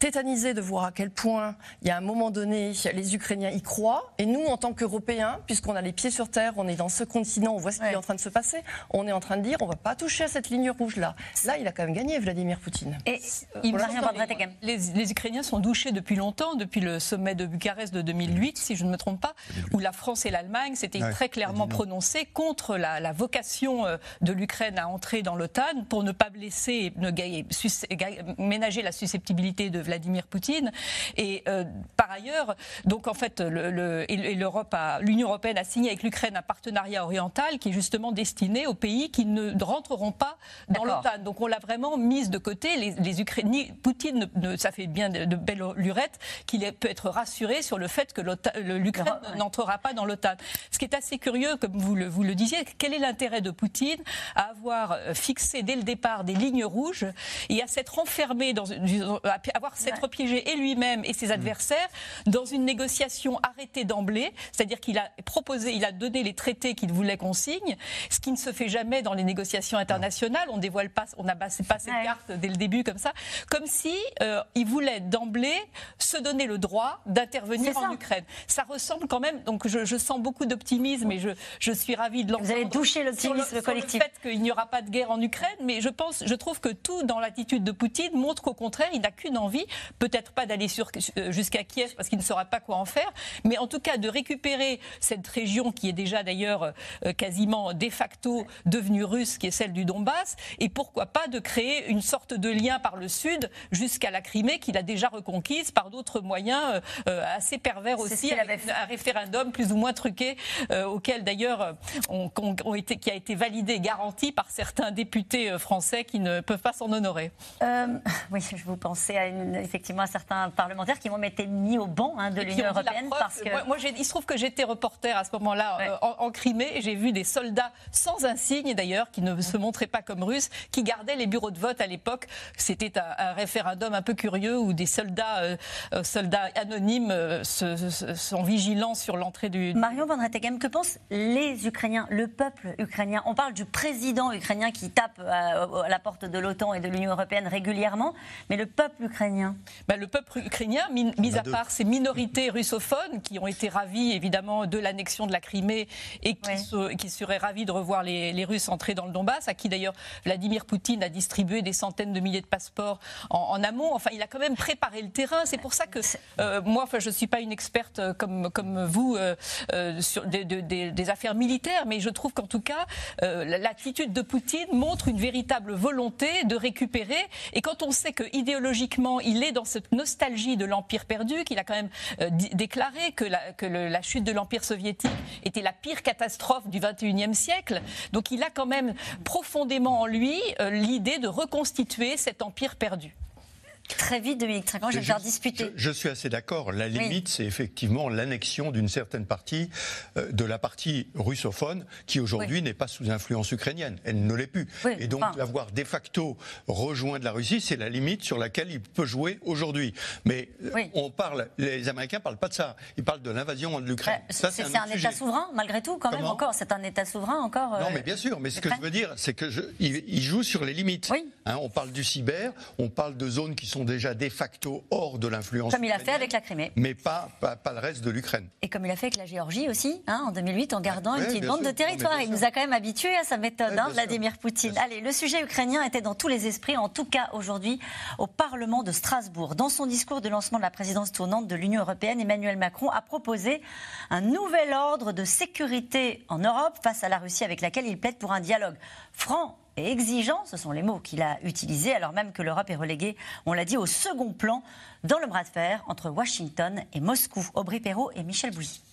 tétanisée de voir à quel point, il y a un moment donné, les Ukrainiens y croient. Et nous, en tant qu'Européens, puisqu'on a les pieds sur terre, on est dans ce continent, on voit ce qui ouais. est en train de se passer, on est en train de dire on ne va pas toucher à cette ligne rouge-là. Là, il a quand même gagné, Vladimir Poutine. Et il les, les Ukrainiens sont douchés depuis longtemps, depuis le sommet de Bucarest de deux mille huit, si je ne me trompe pas, où la France et l'Allemagne s'étaient ouais, très clairement prononcées contre la, la vocation de l'Ukraine à entrer dans l'OTAN pour ne pas blesser, ne gagner, sus, ménager la susceptibilité de Vladimir Poutine. Et euh, par ailleurs, donc en fait, le, le, et l'Europe a, l'Union européenne a signé avec l'Ukraine un partenariat oriental qui est justement destiné aux pays qui ne rentreront pas dans l'OTAN. Donc on l'a vraiment mise de côté. Les, les Ukrainiens, Poutine, ne, ne, ça fait bien de, de belles lurettes qu'il peut être rassuré sur le fait que l'Ukraine ouais. n'entrera pas dans l'OTAN. Ce qui est assez curieux, comme vous le, vous le disiez, quel est l'intérêt de Poutine à avoir fixé dès le départ des lignes rouges et à s'être enfermé, dans, à avoir s'être ouais. piégé et lui-même et ses adversaires dans une négociation arrêtée d'emblée, c'est-à-dire qu'il a proposé, il a donné les traités qu'il voulait qu'on signe, ce qui ne se fait jamais dans les négociations internationales. On dévoile pas, on n'a pas cette ouais. carte dès le début comme ça, comme si euh, il voulait d'emblée se donner le droit d'intervenir en Ukraine. Ça ressemble quand même, donc je, je sens beaucoup d'optimisme et je, je suis ravie de l'entendre. Vous allez doucher l'optimisme sur le, collectif. Sur le fait qu'il n'y aura pas de guerre en Ukraine, mais je pense, je trouve que tout dans l'attitude de Poutine montre qu'au contraire, il n'a qu'une envie, peut-être pas d'aller sur, jusqu'à Kiev parce qu'il ne saura pas quoi en faire, mais en tout cas de récupérer cette région qui est déjà d'ailleurs euh, quasiment de facto devenue russe, qui est celle du Donbass, et pourquoi pas de créer une sorte de lien par le sud jusqu'à la Crimée qu'il a déjà reconquise par d'autres moyens euh, assez pervers aussi, ce avec un référendum plus ou moins truqué euh, auquel d'ailleurs on, on, on été, qui a été validé et garanti par certains députés français qui ne peuvent pas s'en honorer. Euh, oui, je vous pensais à une, effectivement à certains parlementaires qui m'ont été mis au banc hein, de l'Union européenne parce que moi, moi il se trouve que j'étais reporter à ce moment-là ouais. euh, en, en Crimée et j'ai vu des soldats sans insigne d'ailleurs qui ne se montraient pas comme russes qui gardaient les bureaux de vote à l'époque. C'était un, un référendum un peu curieux où des soldats euh, soldats anonymes euh, se, se, sont vigilants sur l'entrée du... Marion Van Rettegem, que pensent les Ukrainiens, le peuple ukrainien? On parle du président ukrainien qui tape à, à la porte de l'OTAN et de l'Union européenne régulièrement, mais le peuple ukrainien ben, le peuple ukrainien, mis, mis à part ces minorités russophones qui ont été ravis évidemment de l'annexion de la Crimée et qui, ouais. se, qui seraient ravis de revoir les, les Russes entrer dans le Donbass, à qui d'ailleurs Vladimir Poutine a distribué des centaines de milliers de passeports en, en amont. Enfin, il a quand même préparé le terrain. C'est pour ça que euh, moi, enfin, je ne suis pas une experte comme, comme vous euh, euh, sur des, des, des affaires militaires, mais je trouve qu'en tout cas, euh, l'attitude de Poutine montre une véritable volonté de récupérer. Et quand on sait que idéologiquement, il est dans cette nostalgie de l'Empire perdu, qu'il a quand même euh, déclaré que, la, que le, la chute de l'Empire soviétique était la pire catastrophe du vingt et unième siècle. Donc il a quand même profondément en lui euh, l'idée de reconstituer cet empire perdu. Très vite, Dominique Trinquant, je vais faire disputer. Je, je suis assez d'accord. La limite, oui. c'est effectivement l'annexion d'une certaine partie euh, de la partie russophone qui aujourd'hui oui. n'est pas sous influence ukrainienne. Elle ne l'est plus. Oui, Et donc, enfin... avoir de facto rejoint de la Russie, c'est la limite sur laquelle il peut jouer aujourd'hui. Mais oui. on parle, les Américains ne parlent pas de ça. Ils parlent de l'invasion de l'Ukraine. Euh, c'est, c'est, c'est un, un État souverain, malgré tout, quand Comment même, encore. C'est un État souverain, encore. Euh, non, mais bien sûr. Mais ce que je veux dire, c'est qu'il il joue sur les limites. Oui. Hein, on parle du cyber, on parle de zones qui sont déjà de facto hors de l'influence comme il a fait avec la Crimée, mais pas, pas, pas le reste de l'Ukraine. Et comme il a fait avec la Géorgie aussi, hein, en deux mille huit, en gardant ouais, une petite bande sûr. de territoire. Il sûr. nous a quand même habitués à sa méthode, ouais, hein, Vladimir Poutine. Bien Allez, sûr. Le sujet ukrainien était dans tous les esprits, en tout cas aujourd'hui, au Parlement de Strasbourg. Dans son discours de lancement de la présidence tournante de l'Union européenne, Emmanuel Macron a proposé un nouvel ordre de sécurité en Europe face à la Russie, avec laquelle il plaide pour un dialogue franc et exigeant, ce sont les mots qu'il a utilisés, alors même que l'Europe est reléguée, on l'a dit, au second plan dans le bras de fer entre Washington et Moscou. Aubry Perrault et Michel Bouzy.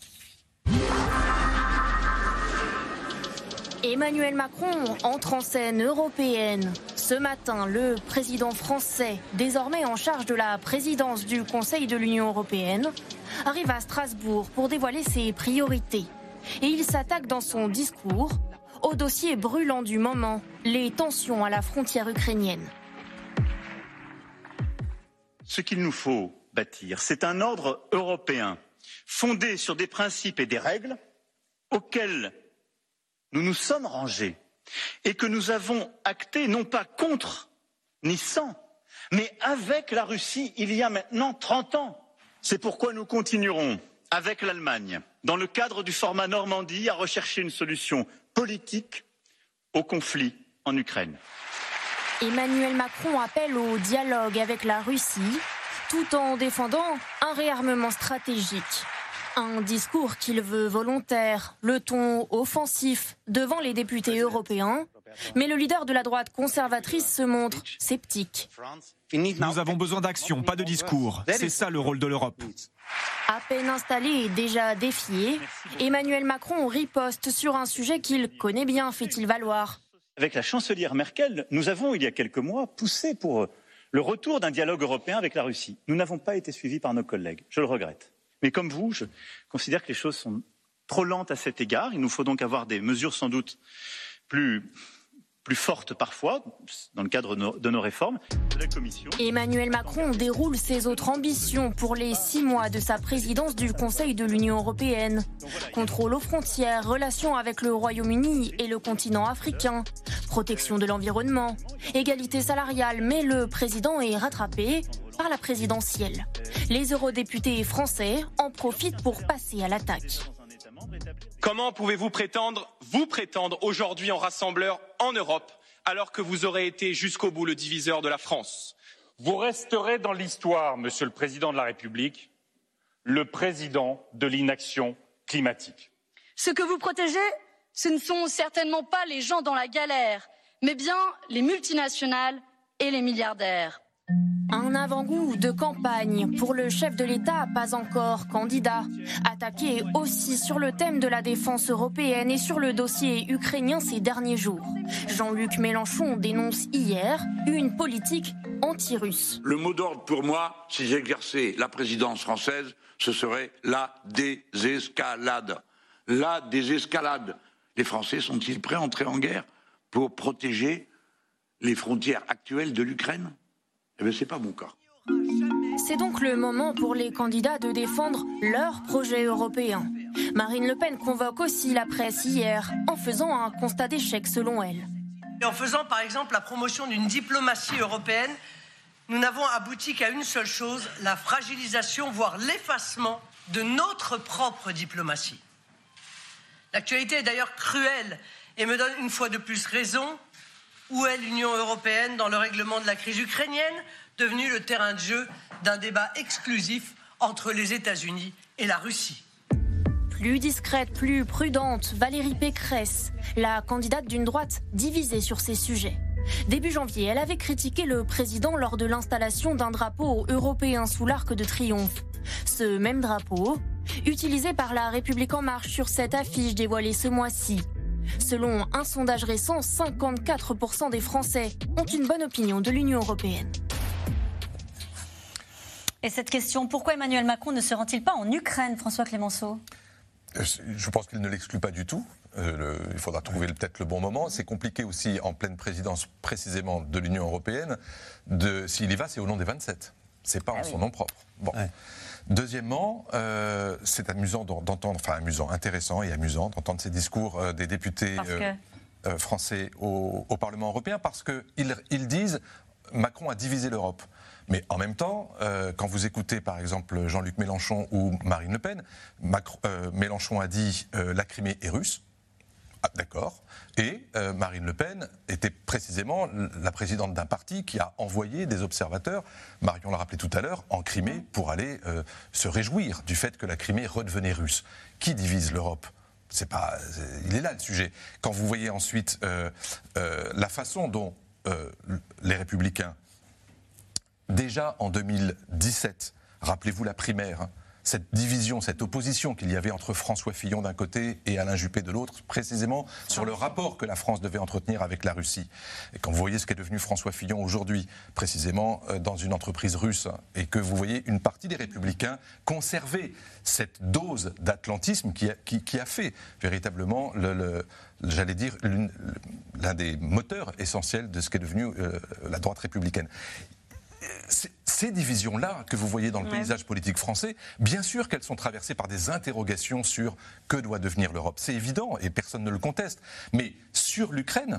Emmanuel Macron entre en scène européenne. Ce matin, le président français, désormais en charge de la présidence du Conseil de l'Union européenne, arrive à Strasbourg pour dévoiler ses priorités. Et il s'attaque dans son discours au dossier brûlant du moment, les tensions à la frontière ukrainienne. Ce qu'il nous faut bâtir, c'est un ordre européen fondé sur des principes et des règles auxquels nous nous sommes rangés et que nous avons actés non pas contre ni sans, mais avec la Russie il y a maintenant trente ans. C'est pourquoi nous continuerons, avec l'Allemagne, dans le cadre du format Normandie, à rechercher une solution politique au conflit en Ukraine. Emmanuel Macron appelle au dialogue avec la Russie, tout en défendant un réarmement stratégique. Un discours qu'il veut volontaire, le ton offensif devant les députés européens. Mais le leader de la droite conservatrice se montre sceptique. Nous avons besoin d'action, pas de discours. C'est ça le rôle de l'Europe. À peine installé et déjà défié, Emmanuel Macron riposte sur un sujet qu'il connaît bien, fait-il valoir. Avec la chancelière Merkel, nous avons, il y a quelques mois, poussé pour le retour d'un dialogue européen avec la Russie. Nous n'avons pas été suivis par nos collègues. Je le regrette. Mais comme vous, je considère que les choses sont trop lentes à cet égard. Il nous faut donc avoir des mesures sans doute plus, plus fortes parfois, dans le cadre de nos, de nos réformes, de la Commission. Emmanuel Macron déroule ses autres ambitions pour les six mois de sa présidence du Conseil de l'Union européenne. Contrôle aux frontières, relations avec le Royaume-Uni et le continent africain, protection de l'environnement, égalité salariale, mais le président est rattrapé par la présidentielle. Les eurodéputés français en profitent pour passer à l'attaque. Comment pouvez-vous prétendre, vous prétendre aujourd'hui en rassembleur en Europe, alors que vous aurez été jusqu'au bout le diviseur de la France? Vous resterez dans l'histoire, Monsieur le Président de la République, le président de l'inaction climatique. Ce que vous protégez, ce ne sont certainement pas les gens dans la galère, mais bien les multinationales et les milliardaires. Un avant-goût de campagne pour le chef de l'État, pas encore candidat. Attaqué aussi sur le thème de la défense européenne et sur le dossier ukrainien ces derniers jours. Jean-Luc Mélenchon dénonce hier une politique anti-russe. Le mot d'ordre pour moi, si j'exerçais la présidence française, ce serait la désescalade. La désescalade. Les Français sont-ils prêts à entrer en guerre pour protéger les frontières actuelles de l'Ukraine ? Eh bien, c'est pas mon cas. C'est donc le moment pour les candidats de défendre leur projet européen. Marine Le Pen convoque aussi la presse hier, en faisant un constat d'échec selon elle. Et en faisant par exemple la promotion d'une diplomatie européenne, nous n'avons abouti qu'à une seule chose, la fragilisation, voire l'effacement de notre propre diplomatie. L'actualité est d'ailleurs cruelle et me donne une fois de plus raison. Où est l'Union européenne dans le règlement de la crise ukrainienne, devenue le terrain de jeu d'un débat exclusif entre les États-Unis et la Russie? Plus discrète, plus prudente, Valérie Pécresse, la candidate d'une droite divisée sur ces sujets. Début janvier, elle avait critiqué le président lors de l'installation d'un drapeau européen sous l'Arc de Triomphe. Ce même drapeau, utilisé par la République En Marche sur cette affiche dévoilée ce mois-ci. Selon un sondage récent, cinquante-quatre pour cent des Français ont une bonne opinion de l'Union européenne. Et cette question, pourquoi Emmanuel Macron ne se rend-il pas en Ukraine, François Clémenceau ? Je pense qu'il ne l'exclut pas du tout. Euh, le, il faudra trouver peut-être le bon moment. C'est compliqué aussi en pleine présidence précisément de l'Union européenne. De, s'il y va, c'est au nom des vingt-sept. C'est pas ah en oui. son nom propre. Bon. Ouais. Deuxièmement, euh, c'est amusant d'entendre, enfin amusant, intéressant et amusant d'entendre ces discours euh, des députés euh, euh, français au, au Parlement européen parce qu'ils ils disent Macron a divisé l'Europe. Mais en même temps, euh, quand vous écoutez par exemple Jean-Luc Mélenchon ou Marine Le Pen, Macron, euh, Mélenchon a dit euh, la Crimée est russe. Ah, d'accord. Et euh, Marine Le Pen était précisément la présidente d'un parti qui a envoyé des observateurs, Marion l'a rappelé tout à l'heure, en Crimée pour aller euh, se réjouir du fait que la Crimée redevenait russe. Qui divise l'Europe ? C'est pas, c'est, il est là le sujet. Quand vous voyez ensuite euh, euh, la façon dont euh, les Républicains, déjà en deux mille dix-sept, rappelez-vous la primaire, hein, cette division, cette opposition qu'il y avait entre François Fillon d'un côté et Alain Juppé de l'autre, précisément sur le rapport que la France devait entretenir avec la Russie. Et quand vous voyez ce qu'est devenu François Fillon aujourd'hui, précisément dans une entreprise russe, et que vous voyez une partie des Républicains conserver cette dose d'atlantisme qui a, qui, qui a fait véritablement, le, le, j'allais dire, l'un des moteurs essentiels de ce qu'est devenu euh, la droite républicaine. Ces divisions-là que vous voyez dans le ouais. paysage politique français, bien sûr qu'elles sont traversées par des interrogations sur que doit devenir l'Europe. C'est évident et personne ne le conteste. Mais sur l'Ukraine,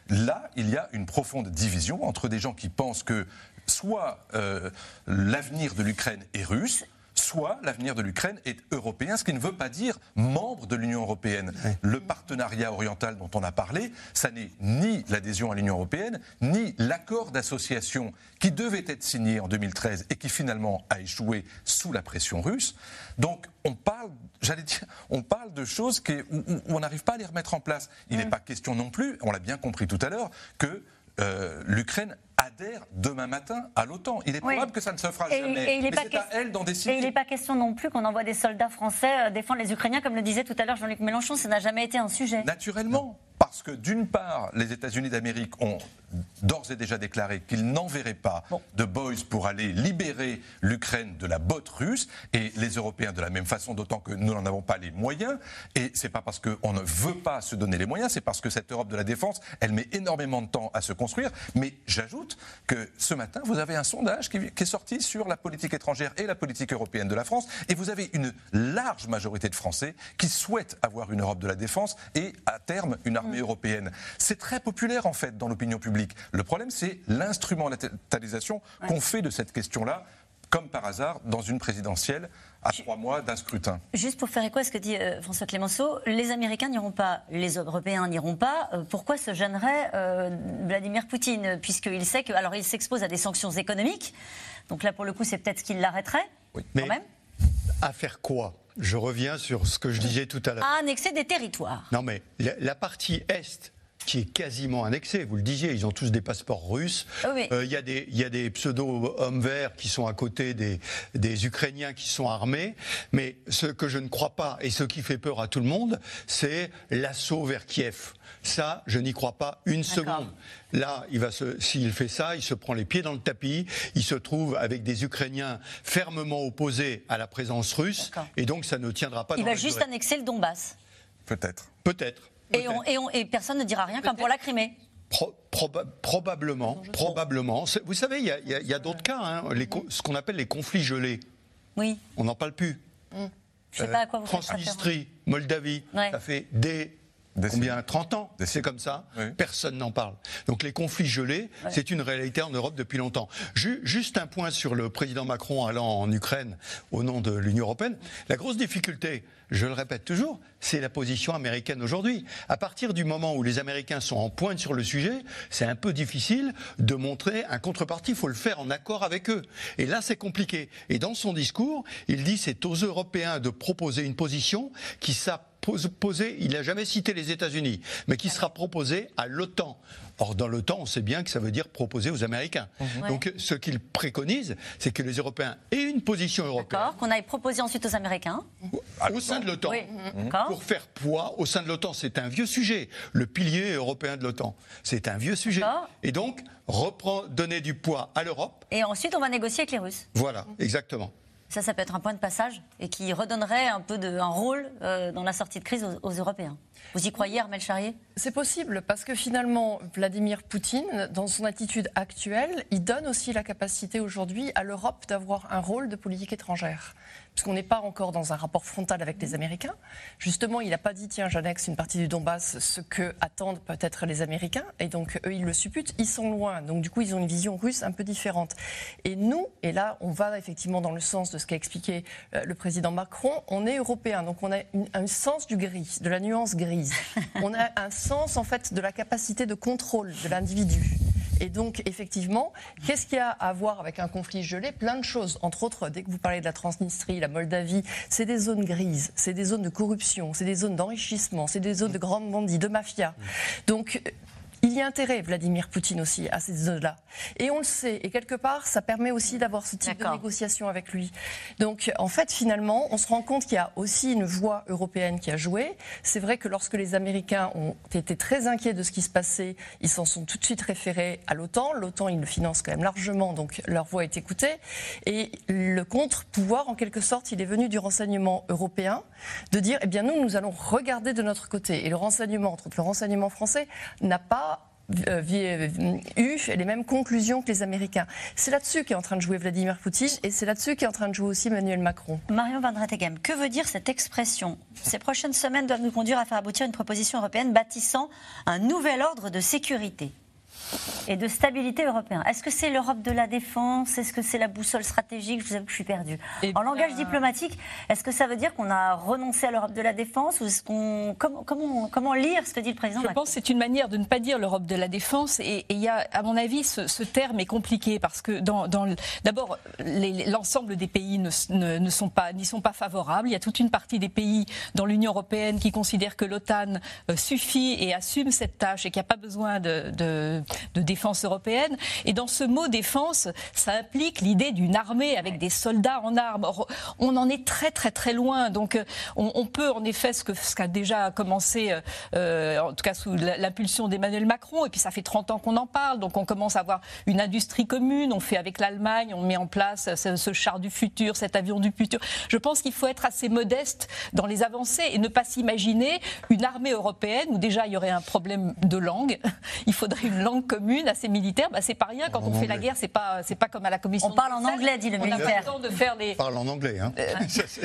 là, il y a une profonde division entre des gens qui pensent que soit euh, l'avenir de l'Ukraine est russe, soit l'avenir de l'Ukraine est européen, ce qui ne veut pas dire membre de l'Union européenne. Oui. Le partenariat oriental dont on a parlé, ça n'est ni l'adhésion à l'Union européenne, ni l'accord d'association qui devait être signé en deux mille treize et qui finalement a échoué sous la pression russe. Donc on parle, j'allais dire, on parle de choses qui, où, où on n'arrive pas à les remettre en place. Il n'est mmh. pas question non plus, on l'a bien compris tout à l'heure, que euh, l'Ukraine adhère demain matin à l'OTAN. Il est probable oui. que ça ne se fera et, jamais. Et il mais pas c'est que... à elle d'en décider. Et il n'est pas question non plus qu'on envoie des soldats français défendre les Ukrainiens, comme le disait tout à l'heure Jean-Luc Mélenchon, ça n'a jamais été un sujet. Naturellement. Parce que d'une part, les États-Unis d'Amérique ont d'ores et déjà déclaré qu'ils n'enverraient pas bon. de boys pour aller libérer l'Ukraine de la botte russe, et les Européens de la même façon, d'autant que nous n'en avons pas les moyens. Et c'est pas parce qu'on ne veut pas se donner les moyens, c'est parce que cette Europe de la défense, elle met énormément de temps à se construire. Mais j'ajoute que ce matin, vous avez un sondage qui, qui est sorti sur la politique étrangère et la politique européenne de la France, et vous avez une large majorité de Français qui souhaitent avoir une Europe de la défense et à terme une armée européenne. C'est très populaire en fait dans l'opinion publique. Le problème, c'est l'instrumentalisation ouais. qu'on fait de cette question-là, comme par hasard, dans une présidentielle à Je... trois mois d'un scrutin. Juste pour faire écho à ce que dit euh, François Clémenceau, les Américains n'iront pas, les Européens n'iront pas. Euh, pourquoi se gênerait euh, Vladimir Poutine, puisqu'il sait que, alors il s'expose à des sanctions économiques. Donc là, pour le coup, c'est peut-être ce qu'il l'arrêterait. Oui. Quand Mais même. À faire quoi ? Je reviens sur ce que je disais tout à l'heure. À annexer des territoires. Non, mais la, la partie Est, qui est quasiment annexée, vous le disiez, ils ont tous des passeports russes. Il oui. euh, y a des, y a des pseudo-hommes verts qui sont à côté des, des Ukrainiens qui sont armés. Mais ce que je ne crois pas, et ce qui fait peur à tout le monde, c'est l'assaut vers Kiev. Ça, je n'y crois pas une D'accord. seconde. Là, il va se, s'il fait ça, il se prend les pieds dans le tapis. Il se trouve avec des Ukrainiens fermement opposés à la présence russe. D'accord. Et donc, ça ne tiendra pas il dans la Il va juste durée. annexer le Donbass. Peut-être. Peut-être. Et, on, et, on, et personne ne dira rien Peut-être. Comme pour la Crimée. Pro, proba, probablement, probablement. C'est, vous savez, il y a, y a, y a d'autres cas, hein, les, ce qu'on appelle les conflits gelés. Oui. On n'en parle plus. Mmh. Je sais euh, pas à quoi vous Transnistrie, Moldavie, ouais. ça fait des... Des Combien trente ans, c'est comme ça. Oui. Personne n'en parle. Donc les conflits gelés, ouais. c'est une réalité en Europe depuis longtemps. Juste un point sur le président Macron allant en Ukraine au nom de l'Union européenne. La grosse difficulté, je le répète toujours, c'est la position américaine aujourd'hui. À partir du moment où les Américains sont en pointe sur le sujet, c'est un peu difficile de montrer un contrepartie. Il faut le faire en accord avec eux. Et là, c'est compliqué. Et dans son discours, il dit c'est aux Européens de proposer une position qui s'appelle Posé, il n'a jamais cité les États-Unis, mais qui sera proposé à l'OTAN. Or, dans l'OTAN, on sait bien que ça veut dire proposer aux Américains. Mmh. Donc, ce qu'il préconise, c'est que les Européens aient une position européenne. D'accord, qu'on aille proposer ensuite aux Américains. Au sein de l'OTAN. Oui. Mmh. Pour faire poids au sein de l'OTAN. C'est un vieux sujet. Le pilier européen de l'OTAN. C'est un vieux sujet. D'accord. Et donc, reprend, donner du poids à l'Europe. Et ensuite, on va négocier avec les Russes. Voilà, exactement. Ça, ça peut être un point de passage et qui redonnerait un peu de, un rôle euh, dans la sortie de crise aux, aux Européens. Vous y croyez, Armelle Charrier ? C'est possible, parce que finalement, Vladimir Poutine, dans son attitude actuelle, il donne aussi la capacité aujourd'hui à l'Europe d'avoir un rôle de politique étrangère. Parce qu'on n'est pas encore dans un rapport frontal avec les Américains. Justement, il n'a pas dit, tiens, j'annexe une partie du Donbass, ce que attendent peut-être les Américains. Et donc, eux, ils le supputent, ils sont loin. Donc, du coup, ils ont une vision russe un peu différente. Et nous, et là, on va effectivement dans le sens de ce qu'a expliqué euh, le président Macron, on est européens. Donc, on a une, un sens du gris, de la nuance grise. On a un sens, en fait, de la capacité de contrôle de l'individu. Et donc, effectivement, qu'est-ce qu'il y a à voir avec un conflit gelé ? Plein de choses. Entre autres, dès que vous parlez de la Transnistrie, la Moldavie, c'est des zones grises, c'est des zones de corruption, c'est des zones d'enrichissement, c'est des zones de grandes bandits, de mafia. Donc, il y a intérêt, Vladimir Poutine aussi, à ces zones-là. Et on le sait. Et quelque part, ça permet aussi d'avoir ce type D'accord. de négociation avec lui. Donc, en fait, finalement, on se rend compte qu'il y a aussi une voix européenne qui a joué. C'est vrai que lorsque les Américains ont été très inquiets de ce qui se passait, ils s'en sont tout de suite référés à l'OTAN. L'OTAN, ils le financent quand même largement, donc leur voix est écoutée. Et le contre-pouvoir, en quelque sorte, il est venu du renseignement européen, de dire, eh bien, nous, nous allons regarder de notre côté. Et le renseignement, entre autres, le renseignement français, n'a pas eu les mêmes conclusions que les Américains. C'est là-dessus qu'est en train de jouer Vladimir Poutine et c'est là-dessus qu'est en train de jouer aussi Emmanuel Macron. Marion Van Rettegem, que veut dire cette expression ? Ces prochaines semaines doivent nous conduire à faire aboutir une proposition européenne bâtissant un nouvel ordre de sécurité et de stabilité européen. Est-ce que c'est l'Europe de la défense ? Est-ce que c'est la boussole stratégique ? Je vous avoue que je suis perdue. Et en bien... langage diplomatique, est-ce que ça veut dire qu'on a renoncé à l'Europe de la défense ou est-ce qu'on... Comment, comment, comment lire ce que dit le président Je Macron ? pense que c'est une manière de ne pas dire l'Europe de la défense et il y a, à mon avis, ce, ce terme est compliqué parce que dans, dans le... d'abord, les, l'ensemble des pays ne, ne, ne sont pas, n'y sont pas favorables. Il y a toute une partie des pays dans l'Union européenne qui considèrent que l'OTAN euh, suffit et assume cette tâche et qu'il n'y a pas besoin de... de de défense européenne. Et dans ce mot défense, ça implique l'idée d'une armée avec des soldats en armes. Or, on en est très très très loin. Donc on, on peut en effet, ce, que, ce qu'a déjà commencé, euh, en tout cas sous l'impulsion d'Emmanuel Macron, et puis ça fait trente ans qu'on en parle, donc on commence à avoir une industrie commune, on fait avec l'Allemagne, on met en place ce, ce char du futur, cet avion du futur. Je pense qu'il faut être assez modeste dans les avancées et ne pas s'imaginer une armée européenne où déjà il y aurait un problème de langue. Il faudrait une langue commune à ces militaires, bah c'est pas rien quand on, on fait la guerre, c'est pas c'est pas comme à la commission. On parle en anglais, dit le militaire. On a pas le temps de faire les. On parle en anglais, hein. Euh...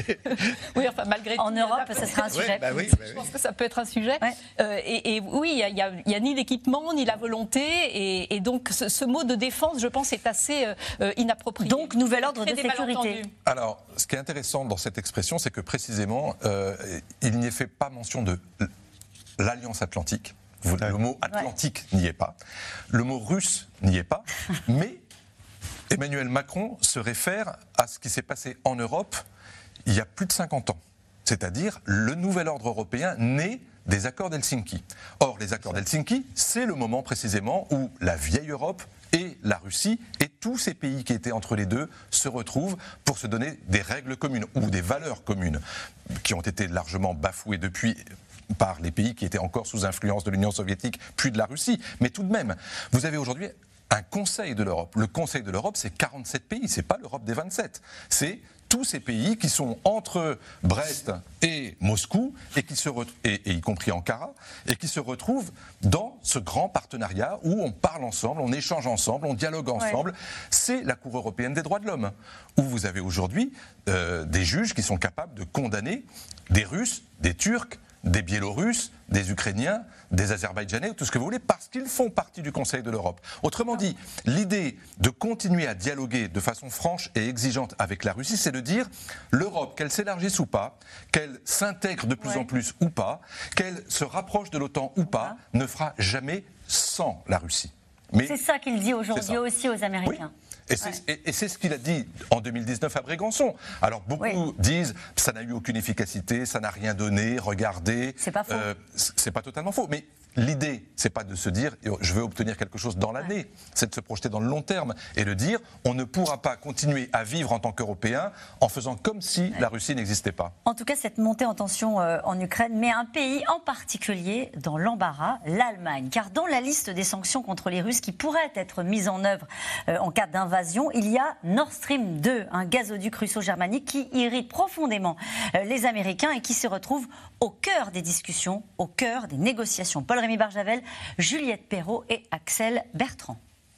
oui, enfin malgré tout. En Europe, ça sera un sujet. Ouais, bah oui, bah bah Je oui. pense que ça peut être un sujet. Ouais. Euh, et, et oui, il y, y, y a ni l'équipement ni la volonté, et, et donc ce, ce mot de défense, je pense, est assez euh, inapproprié. Donc nouvel ordre de sécurité. Alors, ce qui est intéressant dans cette expression, c'est que précisément, euh, il n'y est fait pas mention de l'Alliance Atlantique. Le mot Atlantique ouais. n'y est pas. Le mot russe n'y est pas. Mais Emmanuel Macron se réfère à ce qui s'est passé en Europe il y a plus de cinquante ans. C'est-à-dire le nouvel ordre européen né des accords d'Helsinki. Or, les accords d'Helsinki, c'est le moment précisément où la vieille Europe et la Russie et tous ces pays qui étaient entre les deux se retrouvent pour se donner des règles communes ou des valeurs communes qui ont été largement bafouées depuis par les pays qui étaient encore sous influence de l'Union soviétique, puis de la Russie. Mais tout de même, vous avez aujourd'hui un Conseil de l'Europe. Le Conseil de l'Europe, c'est quarante-sept pays, c'est pas l'Europe des vingt-sept. C'est tous ces pays qui sont entre Brest et Moscou, et, qui se re... et, et y compris Ankara, et qui se retrouvent dans ce grand partenariat où on parle ensemble, on échange ensemble, on dialogue ensemble. Ouais. C'est la Cour européenne des droits de l'homme, où vous avez aujourd'hui euh, des juges qui sont capables de condamner des Russes, des Turcs, des Biélorusses, des Ukrainiens, des Azerbaïdjanais, tout ce que vous voulez, parce qu'ils font partie du Conseil de l'Europe. Autrement dit, l'idée de continuer à dialoguer de façon franche et exigeante avec la Russie, c'est de dire l'Europe, qu'elle s'élargisse ou pas, qu'elle s'intègre de plus ouais. en plus ou pas, qu'elle se rapproche de l'OTAN ou pas, ouais. ne fera jamais sans la Russie. Mais c'est ça qu'il dit aujourd'hui aussi aux Américains. Oui. Et c'est, ouais. et, et c'est ce qu'il a dit en deux mille dix-neuf à Brégançon. Alors beaucoup oui. disent ça n'a eu aucune efficacité, ça n'a rien donné, regardez. C'est pas faux. Euh, c'est pas totalement faux. Mais l'idée, c'est pas de se dire je veux obtenir quelque chose dans l'année, ouais. c'est de se projeter dans le long terme et de dire on ne pourra pas continuer à vivre en tant qu'Européens en faisant comme si ouais. la Russie n'existait pas. En tout cas, cette montée en tension euh, en Ukraine met un pays en particulier dans l'embarras, l'Allemagne. Car dans la liste des sanctions contre les Russes qui pourraient être mises en œuvre euh, en cas d'invasion, il y a Nord Stream deux, un gazoduc russo-germanique qui irrite profondément euh, les Américains et qui se retrouve au cœur des discussions, au cœur des négociations. Paul Rémy Barjavel, Juliette Perrault et Axel Bertrand.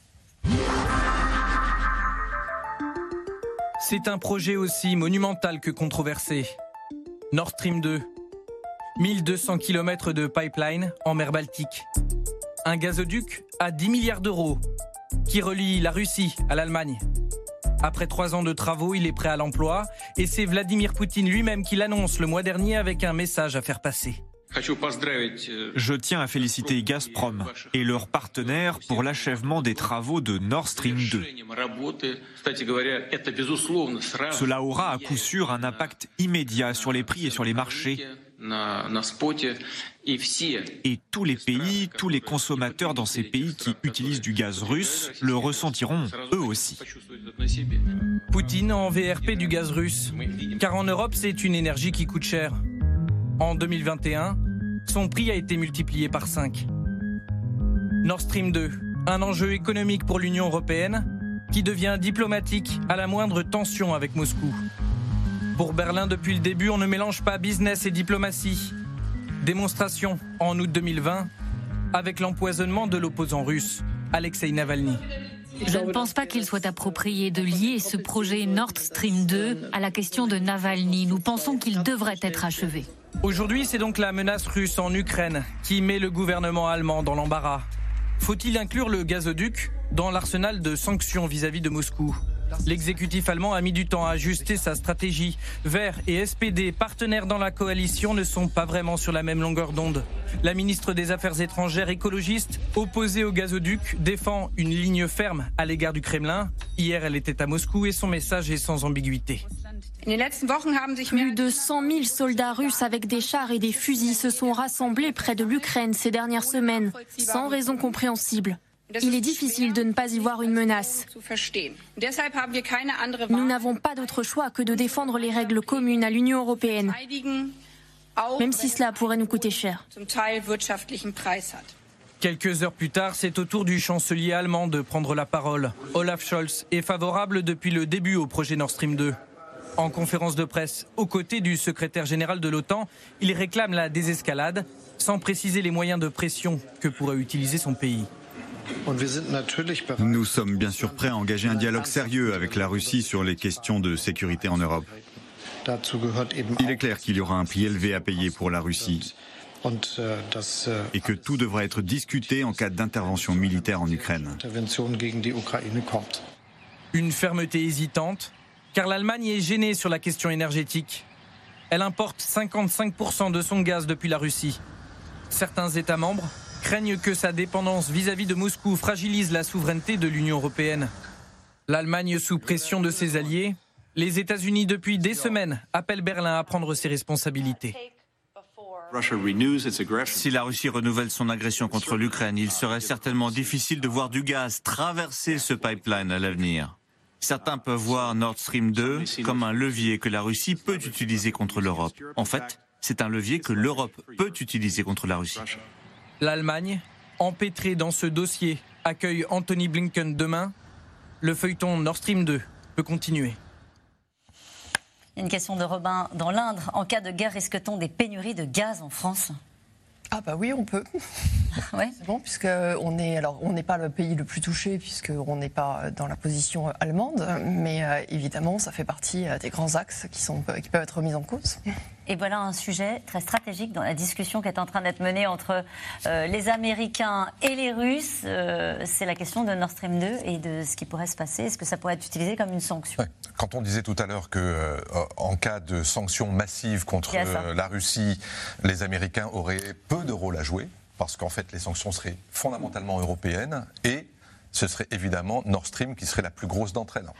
C'est un projet aussi monumental que controversé. Nord Stream deux. mille deux cents kilomètres de pipeline en mer Baltique. Un gazoduc à dix milliards d'euros qui relie la Russie à l'Allemagne. Après trois ans de travaux, il est prêt à l'emploi et c'est Vladimir Poutine lui-même qui l'annonce le mois dernier avec un message à faire passer. Je tiens à féliciter Gazprom et leurs partenaires pour l'achèvement des travaux de Nord Stream deux. Cela aura à coup sûr un impact immédiat sur les prix et sur les marchés. Et tous les pays, tous les consommateurs dans ces pays qui utilisent du gaz russe le ressentiront eux aussi. Poutine en V R P du gaz russe, car en Europe c'est une énergie qui coûte cher. En deux mille vingt et un, son prix a été multiplié par cinq. Nord Stream deux, un enjeu économique pour l'Union européenne qui devient diplomatique à la moindre tension avec Moscou. Pour Berlin, depuis le début, on ne mélange pas business et diplomatie. Démonstration en août deux mille vingt, avec l'empoisonnement de l'opposant russe, Alexei Navalny. Je ne pense pas qu'il soit approprié de lier ce projet Nord Stream deux à la question de Navalny. Nous pensons qu'il devrait être achevé. Aujourd'hui, c'est donc la menace russe en Ukraine qui met le gouvernement allemand dans l'embarras. Faut-il inclure le gazoduc dans l'arsenal de sanctions vis-à-vis de Moscou ? L'exécutif allemand a mis du temps à ajuster sa stratégie. Verts et S P D, partenaires dans la coalition, ne sont pas vraiment sur la même longueur d'onde. La ministre des Affaires étrangères écologiste, opposée au gazoduc, défend une ligne ferme à l'égard du Kremlin. Hier, elle était à Moscou et son message est sans ambiguïté. Plus de cent mille soldats russes avec des chars et des fusils se sont rassemblés près de l'Ukraine ces dernières semaines, sans raison compréhensible. Il est difficile de ne pas y voir une menace. Nous n'avons pas d'autre choix que de défendre les règles communes à l'Union européenne, même si cela pourrait nous coûter cher. Quelques heures plus tard, c'est au tour du chancelier allemand de prendre la parole. Olaf Scholz est favorable depuis le début au projet Nord Stream deux. En conférence de presse, aux côtés du secrétaire général de l'OTAN, il réclame la désescalade, sans préciser les moyens de pression que pourrait utiliser son pays. Nous sommes bien sûr prêts à engager un dialogue sérieux avec la Russie sur les questions de sécurité en Europe. Il est clair qu'il y aura un prix élevé à payer pour la Russie et que tout devra être discuté en cas d'intervention militaire en Ukraine. Une fermeté hésitante, car l'Allemagne est gênée sur la question énergétique. Elle importe cinquante-cinq pour cent de son gaz depuis la Russie. Certains États membres craignent que sa dépendance vis-à-vis de Moscou fragilise la souveraineté de l'Union européenne. L'Allemagne sous pression de ses alliés, les États-Unis depuis des semaines appellent Berlin à prendre ses responsabilités. Si la Russie renouvelle son agression contre l'Ukraine, il serait certainement difficile de voir du gaz traverser ce pipeline à l'avenir. Certains peuvent voir Nord Stream deux comme un levier que la Russie peut utiliser contre l'Europe. En fait, c'est un levier que l'Europe peut utiliser contre la Russie. L'Allemagne, empêtrée dans ce dossier, accueille Anthony Blinken demain. Le feuilleton Nord Stream deux peut continuer. Une question de Robin dans l'Indre. En cas de guerre, risque-t-on des pénuries de gaz en France ? Ah bah oui, on peut. Ouais. C'est bon, puisque on est, alors on n'est pas le pays le plus touché, puisqu'on n'est pas dans la position allemande, mais euh, évidemment, ça fait partie des grands axes qui, sont, qui peuvent être mis en cause. Et voilà un sujet très stratégique dans la discussion qui est en train d'être menée entre euh, les Américains et les Russes. Euh, c'est la question de Nord Stream deux et de ce qui pourrait se passer. Est-ce que ça pourrait être utilisé comme une sanction ? Ouais. Quand on disait tout à l'heure que, euh, en cas de sanctions massives contre euh, la Russie, les Américains auraient peu de rôle à jouer, parce qu'en fait les sanctions seraient fondamentalement européennes et ce serait évidemment Nord Stream qui serait la plus grosse d'entre elles.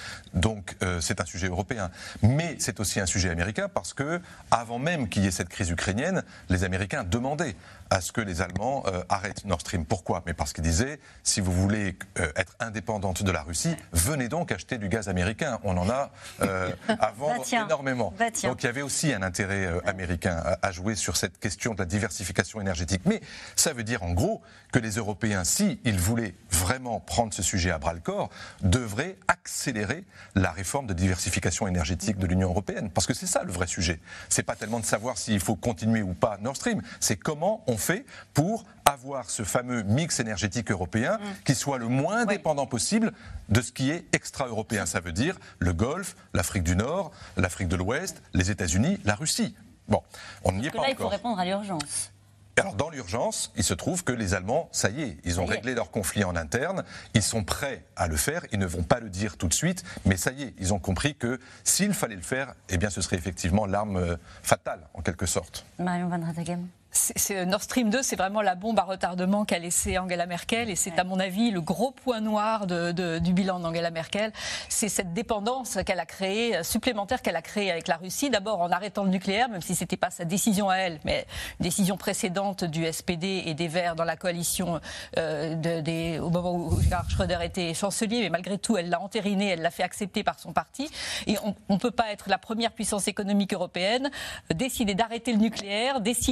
Donc euh, c'est un sujet européen. Mais c'est aussi un sujet américain parce que, avant même qu'il y ait cette crise ukrainienne, les Américains demandaient à ce que les Allemands euh, arrêtent Nord Stream. Pourquoi ? Mais parce qu'ils disaient, si vous voulez euh, être indépendante de la Russie, venez donc acheter du gaz américain. On en a euh, à vendre bah énormément. Bah donc il y avait aussi un intérêt euh, américain à, à jouer sur cette question de la diversification énergétique. Mais ça veut dire en gros que les Européens, s'ils voulaient vraiment prendre ce sujet à bras-le-corps, devraient accélérer la réforme de diversification énergétique de l'Union européenne. Parce que c'est ça le vrai sujet. C'est pas tellement de savoir s'il faut continuer ou pas Nord Stream, c'est comment on fait pour avoir ce fameux mix énergétique européen mmh. qui soit le moins oui. dépendant possible de ce qui est extra-européen. Ça veut dire le Golfe, l'Afrique du Nord, l'Afrique de l'Ouest, les États-Unis, la Russie. Bon, on n'y est pas là, encore. Il faut répondre à l'urgence. Alors, dans l'urgence, il se trouve que les Allemands, ça y est, ils ont réglé leur conflit en interne, ils sont prêts à le faire, ils ne vont pas le dire tout de suite, mais ça y est, ils ont compris que s'il fallait le faire, eh bien, ce serait effectivement l'arme fatale, en quelque sorte. Marion Van Rattegem. C'est, c'est Nord Stream deux, c'est vraiment la bombe à retardement qu'a laissée Angela Merkel et c'est ouais. à mon avis le gros point noir de, de, du bilan d'Angela Merkel. C'est cette dépendance qu'elle a créée, supplémentaire qu'elle a créée avec la Russie. D'abord en arrêtant le nucléaire, même si c'était pas sa décision à elle, mais une décision précédente du S P D et des Verts dans la coalition euh, de, des, au moment où Gerhard Schröder était chancelier. Mais malgré tout, elle l'a entériné, elle l'a fait accepter par son parti. Et on ne peut pas être la première puissance économique européenne, décider d'arrêter le nucléaire, décider de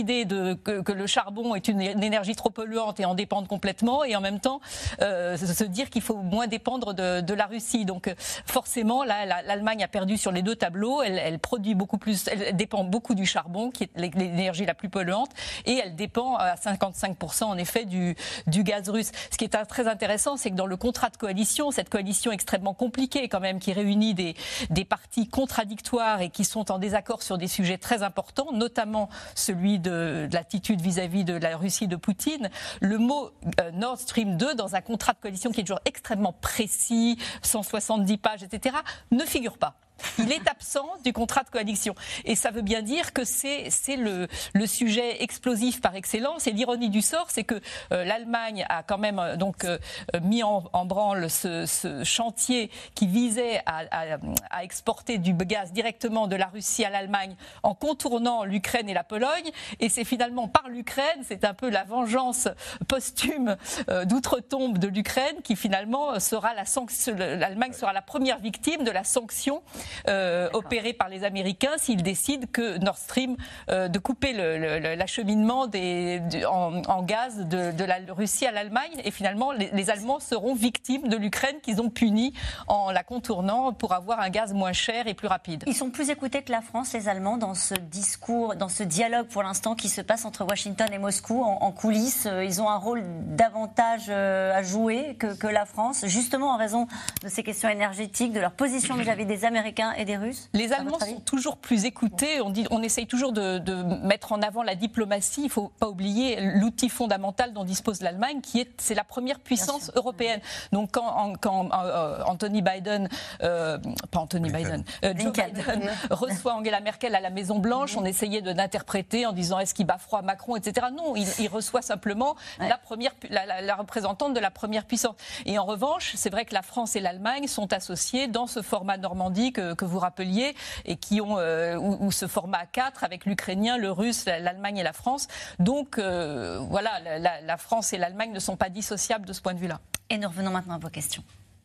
que, que, que le charbon est une, une énergie trop polluante et en dépendre complètement, et en même temps euh, se dire qu'il faut moins dépendre de, de la Russie. Donc forcément, là, la, l'Allemagne a perdu sur les deux tableaux. Elle, elle produit beaucoup plus, elle dépend beaucoup du charbon, qui est l'énergie la plus polluante, et elle dépend à cinquante-cinq pour cent en effet du, du gaz russe. Ce qui est très intéressant, c'est que dans le contrat de coalition, cette coalition extrêmement compliquée quand même, qui réunit des, des partis contradictoires et qui sont en désaccord sur des sujets très importants, notamment celui de, de l'attitude vis-à-vis de la Russie de Poutine, le mot euh, Nord Stream deux, dans un contrat de coalition qui est toujours extrêmement précis, cent soixante-dix pages, et cetera, ne figure pas. Il est absent du contrat de coalition. Et ça veut bien dire que c'est, c'est le, le sujet explosif par excellence. Et l'ironie du sort, c'est que euh, l'Allemagne a quand même euh, donc, euh, mis en, en branle ce, ce chantier qui visait à, à, à exporter du gaz directement de la Russie à l'Allemagne en contournant l'Ukraine et la Pologne. Et c'est finalement par l'Ukraine, c'est un peu la vengeance posthume euh, d'outre-tombe de l'Ukraine qui finalement sera la sanction. L'Allemagne sera la première victime de la sanction Euh, opéré par les Américains s'ils décident que Nord Stream, euh, de couper le, le, l'acheminement des, de, en, en gaz de, de la Russie à l'Allemagne. Et finalement, les, les Allemands seront victimes de l'Ukraine qu'ils ont punie en la contournant pour avoir un gaz moins cher et plus rapide. Ils sont plus écoutés que la France, les Allemands, dans ce discours, dans ce dialogue pour l'instant qui se passe entre Washington et Moscou en, en coulisses. Ils ont un rôle davantage à jouer que, que la France, justement en raison de ces questions énergétiques, de leur position vis-à-vis des Américains et des Russes. Les Allemands sont toujours plus écoutés. On, dit, on essaye toujours de, de mettre en avant la diplomatie. Il ne faut pas oublier l'outil fondamental dont dispose l'Allemagne, qui est c'est la première puissance européenne. Donc quand, en, quand euh, Anthony Biden, euh, pas Anthony Biden, euh, Joe Biden reçoit Angela Merkel à la Maison Blanche, on essayait de l'interpréter en disant est-ce qu'il bat froid Macron, et cetera. Non, il, il reçoit simplement ouais. la, première, la, la, la représentante de la première puissance. Et en revanche, c'est vrai que la France et l'Allemagne sont associées dans ce format Normandie que, que vous rappeliez, et qui ont euh, ou, ou ce format à quatre avec l'Ukrainien, le Russe, l'Allemagne et la France. Donc euh, voilà, la, la France et l'Allemagne ne sont pas dissociables de ce point de vue-là. Et nous revenons maintenant à vos questions.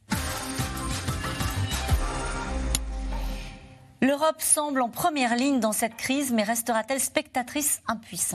L'Europe semble en première ligne dans cette crise, mais restera-t-elle spectatrice impuissante ?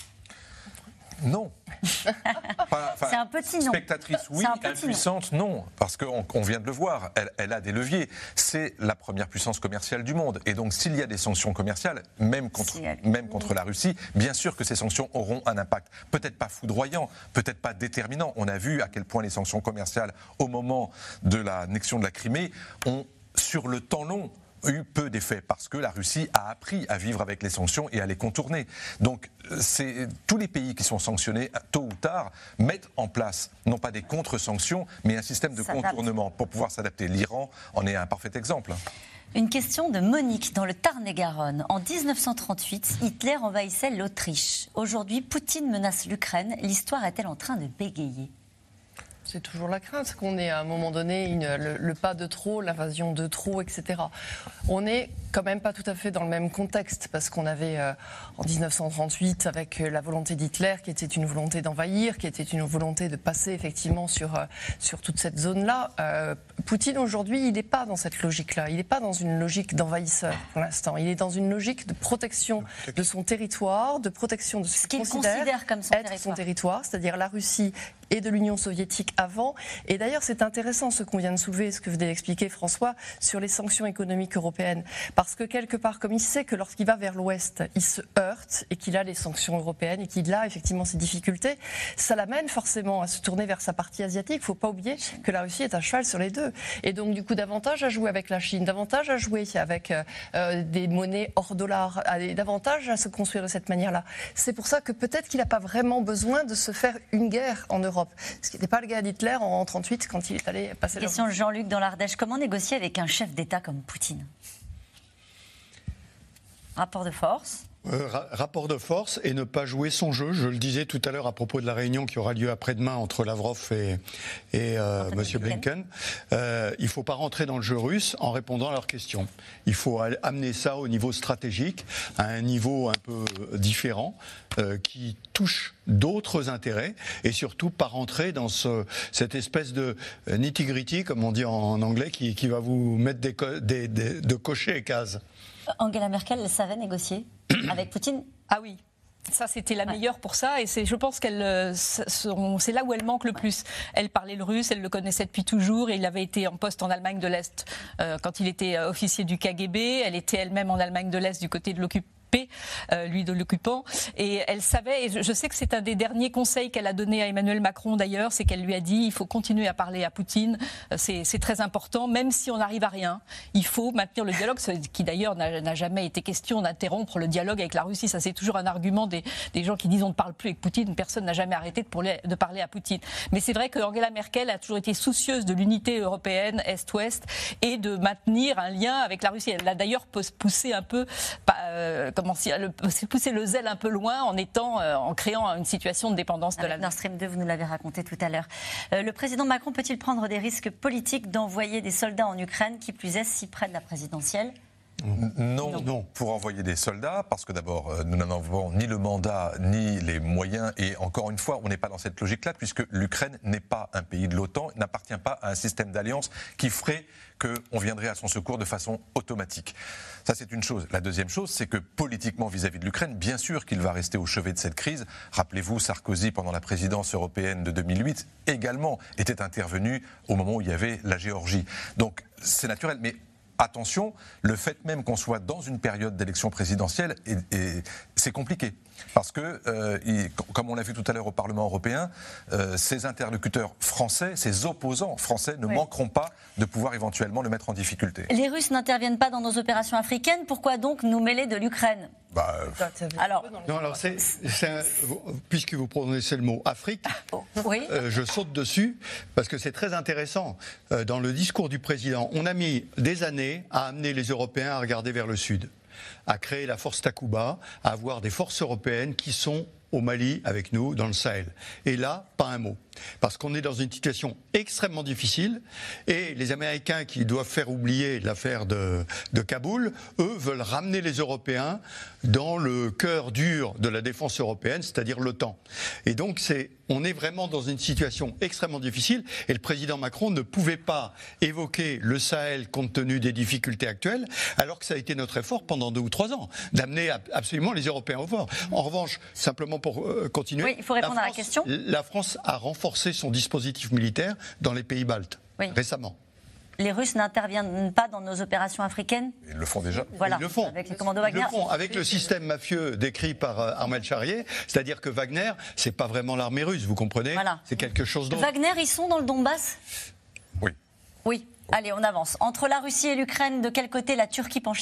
Non. Pas, c'est un petit non. Spectatrice, oui. Impuissante, non. non. Parce qu'on on vient de le voir, elle, elle a des leviers. C'est la première puissance commerciale du monde. Et donc, s'il y a des sanctions commerciales, même contre, même contre la Russie, bien sûr que ces sanctions auront un impact. Peut-être pas foudroyant, peut-être pas déterminant. On a vu à quel point les sanctions commerciales, au moment de l'annexion de la Crimée, ont, sur le temps long, eu peu d'effet parce que la Russie a appris à vivre avec les sanctions et à les contourner. Donc c'est, tous les pays qui sont sanctionnés, tôt ou tard, mettent en place, non pas des contre-sanctions, mais un système de contournement pour pouvoir s'adapter. L'Iran en est un parfait exemple. Une question de Monique dans le Tarn-et-Garonne. En dix-neuf cent trente-huit, Hitler envahissait l'Autriche. Aujourd'hui, Poutine menace l'Ukraine. L'histoire est-elle en train de bégayer ? C'est toujours la crainte qu'on ait à un moment donné une, le, le pas de trop, l'invasion de trop, et cetera. On n'est quand même pas tout à fait dans le même contexte parce qu'on avait euh, en dix-neuf cent trente-huit avec euh, la volonté d'Hitler qui était une volonté d'envahir, qui était une volonté de passer effectivement sur, euh, sur toute cette zone-là. Euh, Poutine aujourd'hui, il n'est pas dans cette logique-là. Il n'est pas dans une logique d'envahisseur pour l'instant. Il est dans une logique de protection de son territoire, de protection de ce, ce qu'il considère, considère comme son être territoire. son territoire, c'est-à-dire la Russie et de l'Union soviétique avant. Et d'ailleurs, c'est intéressant ce qu'on vient de soulever, ce que venait d'expliquer François, sur les sanctions économiques européennes. Parce que quelque part, comme il sait que lorsqu'il va vers l'Ouest, il se heurte et qu'il a les sanctions européennes et qu'il a effectivement ces difficultés, ça l'amène forcément à se tourner vers sa partie asiatique. Il ne faut pas oublier que la Russie est à cheval sur les deux. Et donc, du coup, davantage à jouer avec la Chine, davantage à jouer avec euh, des monnaies hors dollars, davantage à se construire de cette manière-là. C'est pour ça que peut-être qu'il n'a pas vraiment besoin de se faire une guerre en Europe. Ce qui n'était pas le cas d'Hitler en trente-huit quand il est allé passer la... Question de Jean-Luc dans l'Ardèche. Comment négocier avec un chef d'État comme Poutine ? Rapport de force ? Euh, ra- rapport de force et ne pas jouer son jeu. Je le disais tout à l'heure à propos de la réunion qui aura lieu après-demain entre Lavrov et, et euh, M. Blinken. Euh, il ne faut pas rentrer dans le jeu russe en répondant à leurs questions. Il faut amener ça au niveau stratégique, à un niveau un peu différent, euh, qui touche d'autres intérêts et surtout pas rentrer dans ce, cette espèce de nitty-gritty, comme on dit en anglais, qui, qui va vous mettre des, co- des, des, de cocher et cases. Angela Merkel, elle savait négocier avec Poutine ? Ah oui. Ça, c'était la meilleure pour ça, et c'est, je pense qu'elle, c'est là où elle manque le plus. Elle parlait le russe, elle le connaissait depuis toujours, et il avait été en poste en Allemagne de l'Est euh, quand il était officier du K G B. Elle était elle-même en Allemagne de l'Est du côté de l'occupation. Euh, lui de l'occupant, et elle savait, et je, je sais que c'est un des derniers conseils qu'elle a donné à Emmanuel Macron d'ailleurs, c'est qu'elle lui a dit il faut continuer à parler à Poutine, c'est, c'est très important, même si on n'arrive à rien, il faut maintenir le dialogue, ce qui d'ailleurs n'a, n'a jamais été question d'interrompre le dialogue avec la Russie, ça c'est toujours un argument des, des gens qui disent on ne parle plus avec Poutine, personne n'a jamais arrêté de parler, de parler à Poutine. Mais c'est vrai que Angela Merkel a toujours été soucieuse de l'unité européenne Est-Ouest et de maintenir un lien avec la Russie. Elle l'a d'ailleurs poussé un peu euh, comment si, le, pousser le zèle un peu loin en étant, euh, en créant une situation de dépendance de la Nord Stream deux, vous nous l'avez raconté tout à l'heure. Euh, le président Macron peut-il prendre des risques politiques d'envoyer des soldats en Ukraine, qui plus est si près de la présidentielle ? Non, non, pour envoyer des soldats, parce que d'abord, nous n'en avons ni le mandat, ni les moyens, et encore une fois, on n'est pas dans cette logique-là, puisque l'Ukraine n'est pas un pays de l'OTAN, n'appartient pas à un système d'alliance qui ferait qu'on viendrait à son secours de façon automatique. Ça, c'est une chose. La deuxième chose, c'est que politiquement, vis-à-vis de l'Ukraine, bien sûr qu'il va rester au chevet de cette crise. Rappelez-vous, Sarkozy, pendant la présidence européenne de deux mille huit, également était intervenu au moment où il y avait la Géorgie. Donc, c'est naturel, mais attention, le fait même qu'on soit dans une période d'élection présidentielle, et, et, c'est compliqué. Parce que, euh, il, comme on l'a vu tout à l'heure au Parlement européen, euh, ces interlocuteurs français, ces opposants français ne oui. manqueront pas de pouvoir éventuellement le mettre en difficulté. Les Russes n'interviennent pas dans nos opérations africaines, pourquoi donc nous mêler de l'Ukraine ? Bah, alors, non, alors c'est, c'est un, puisque vous prononcez le mot Afrique, oui. euh, je saute dessus parce que c'est très intéressant. Euh, dans le discours du président, on a mis des années à amener les Européens à regarder vers le sud, à créer la force Takuba, à avoir des forces européennes qui sont au Mali avec nous, dans le Sahel. Et là, pas un mot. Parce qu'on est dans une situation extrêmement difficile et les Américains qui doivent faire oublier l'affaire de, de Kaboul, eux veulent ramener les Européens dans le cœur dur de la défense européenne, c'est-à-dire l'OTAN. Et donc c'est, on est vraiment dans une situation extrêmement difficile et le président Macron ne pouvait pas évoquer le Sahel compte tenu des difficultés actuelles, alors que ça a été notre effort pendant deux ou trois ans, d'amener absolument les Européens au fort. En revanche, simplement pour euh, continuer, oui, il faut répondre la France, à la question. La France a renforcé son dispositif militaire dans les pays baltes, oui. récemment. Les Russes n'interviennent pas dans nos opérations africaines ? Ils le font déjà. Voilà, ils le font. Avec les commandos Wagner. Ils le font avec le système mafieux décrit par euh, Armel Charrier, c'est-à-dire que Wagner, c'est pas vraiment l'armée russe, vous comprenez ? Voilà. C'est quelque chose d'autre. Wagner, ils sont dans le Donbass ? Oui. Oui. Allez, on avance. Entre la Russie et l'Ukraine, de quel côté la Turquie penche-t-elle ?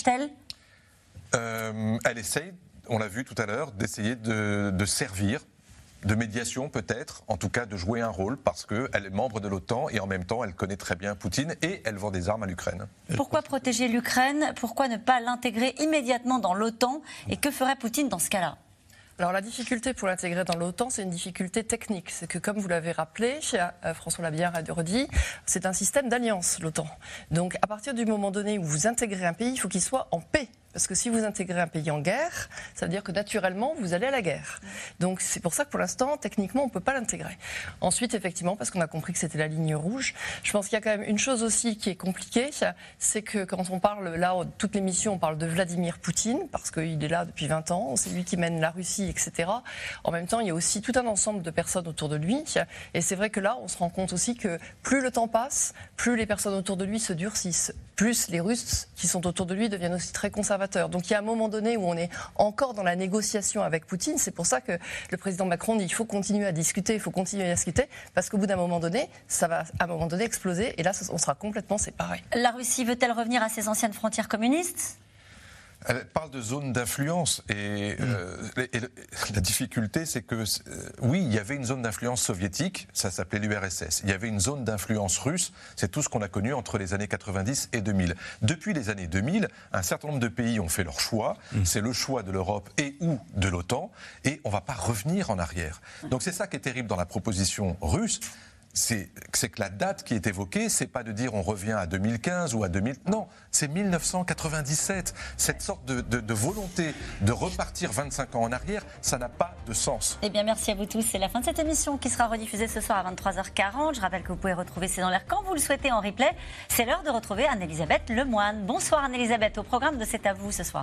euh, Elle essaye, on l'a vu tout à l'heure, d'essayer de, de servir, de médiation peut-être, en tout cas de jouer un rôle, parce qu'elle est membre de l'OTAN et en même temps elle connaît très bien Poutine et elle vend des armes à l'Ukraine. Pourquoi protéger l'Ukraine ? Pourquoi ne pas l'intégrer immédiatement dans l'OTAN ? Et que ferait Poutine dans ce cas-là ? Alors la difficulté pour l'intégrer dans l'OTAN, c'est une difficulté technique. C'est que, comme vous l'avez rappelé, François Labillard a redit, c'est un système d'alliance, l'OTAN. Donc à partir du moment donné où vous intégrez un pays, il faut qu'il soit en paix. Parce que si vous intégrez un pays en guerre, ça veut dire que naturellement, vous allez à la guerre. Donc c'est pour ça que pour l'instant, techniquement, on ne peut pas l'intégrer. Ensuite, effectivement, parce qu'on a compris que c'était la ligne rouge, je pense qu'il y a quand même une chose aussi qui est compliquée, c'est que quand on parle, là, toute l'émission, on parle de Vladimir Poutine, parce qu'il est là depuis vingt ans, c'est lui qui mène la Russie, et cetera. En même temps, il y a aussi tout un ensemble de personnes autour de lui. Et c'est vrai que là, on se rend compte aussi que plus le temps passe, plus les personnes autour de lui se durcissent. Plus les Russes qui sont autour de lui deviennent aussi très conservateurs. Donc il y a un moment donné où on est encore dans la négociation avec Poutine. C'est pour ça que le président Macron dit qu'il faut continuer à discuter, il faut continuer à discuter, parce qu'au bout d'un moment donné, ça va à un moment donné exploser, et là, on sera complètement séparés. La Russie veut-elle revenir à ses anciennes frontières communistes ? Elle parle de zone d'influence et, euh, et, et la difficulté c'est que, euh, oui, il y avait une zone d'influence soviétique, ça s'appelait l'U R S S. Il y avait une zone d'influence russe, c'est tout ce qu'on a connu entre les années quatre-vingt-dix et deux mille. Depuis les années deux mille, un certain nombre de pays ont fait leur choix, mmh. c'est le choix de l'Europe et ou de l'OTAN, et on ne va pas revenir en arrière. Donc c'est ça qui est terrible dans la proposition russe. C'est, c'est que la date qui est évoquée, c'est pas de dire on revient à deux mille quinze ou à deux mille... Non, c'est mille neuf cent quatre-vingt-dix-sept. Cette sorte de, de, de volonté de repartir vingt-cinq ans en arrière, ça n'a pas de sens. Eh bien, merci à vous tous. C'est la fin de cette émission qui sera rediffusée ce soir à vingt-trois heures quarante. Je rappelle que vous pouvez retrouver C'est dans l'air quand vous le souhaitez en replay. C'est l'heure de retrouver Anne-Elisabeth Lemoine. Bonsoir Anne-Elisabeth. Au programme de C'est à vous ce soir.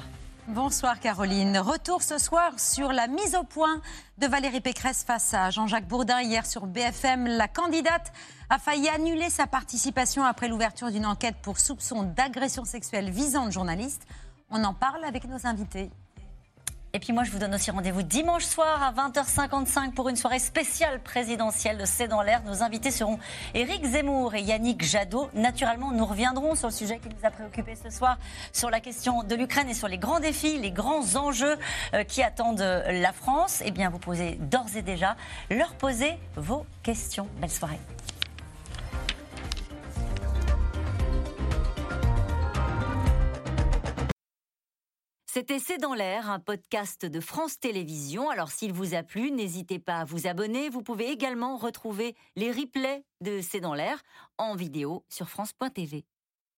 Bonsoir Caroline. Retour ce soir sur la mise au point de Valérie Pécresse face à Jean-Jacques Bourdin. Hier sur B F M, la candidate a failli annuler sa participation après l'ouverture d'une enquête pour soupçon d'agression sexuelle visant le journaliste. On en parle avec nos invités. Et puis moi, je vous donne aussi rendez-vous dimanche soir à vingt heures cinquante-cinq pour une soirée spéciale présidentielle de C'est dans l'air. Nos invités seront Éric Zemmour et Yannick Jadot. Naturellement, nous reviendrons sur le sujet qui nous a préoccupés ce soir, sur la question de l'Ukraine et sur les grands défis, les grands enjeux qui attendent la France. Eh bien, vous posez d'ores et déjà, leur posez vos questions. Belle soirée. C'était C'est dans l'air, un podcast de France Télévisions. Alors s'il vous a plu, n'hésitez pas à vous abonner. Vous pouvez également retrouver les replays de C'est dans l'air en vidéo sur France point T V.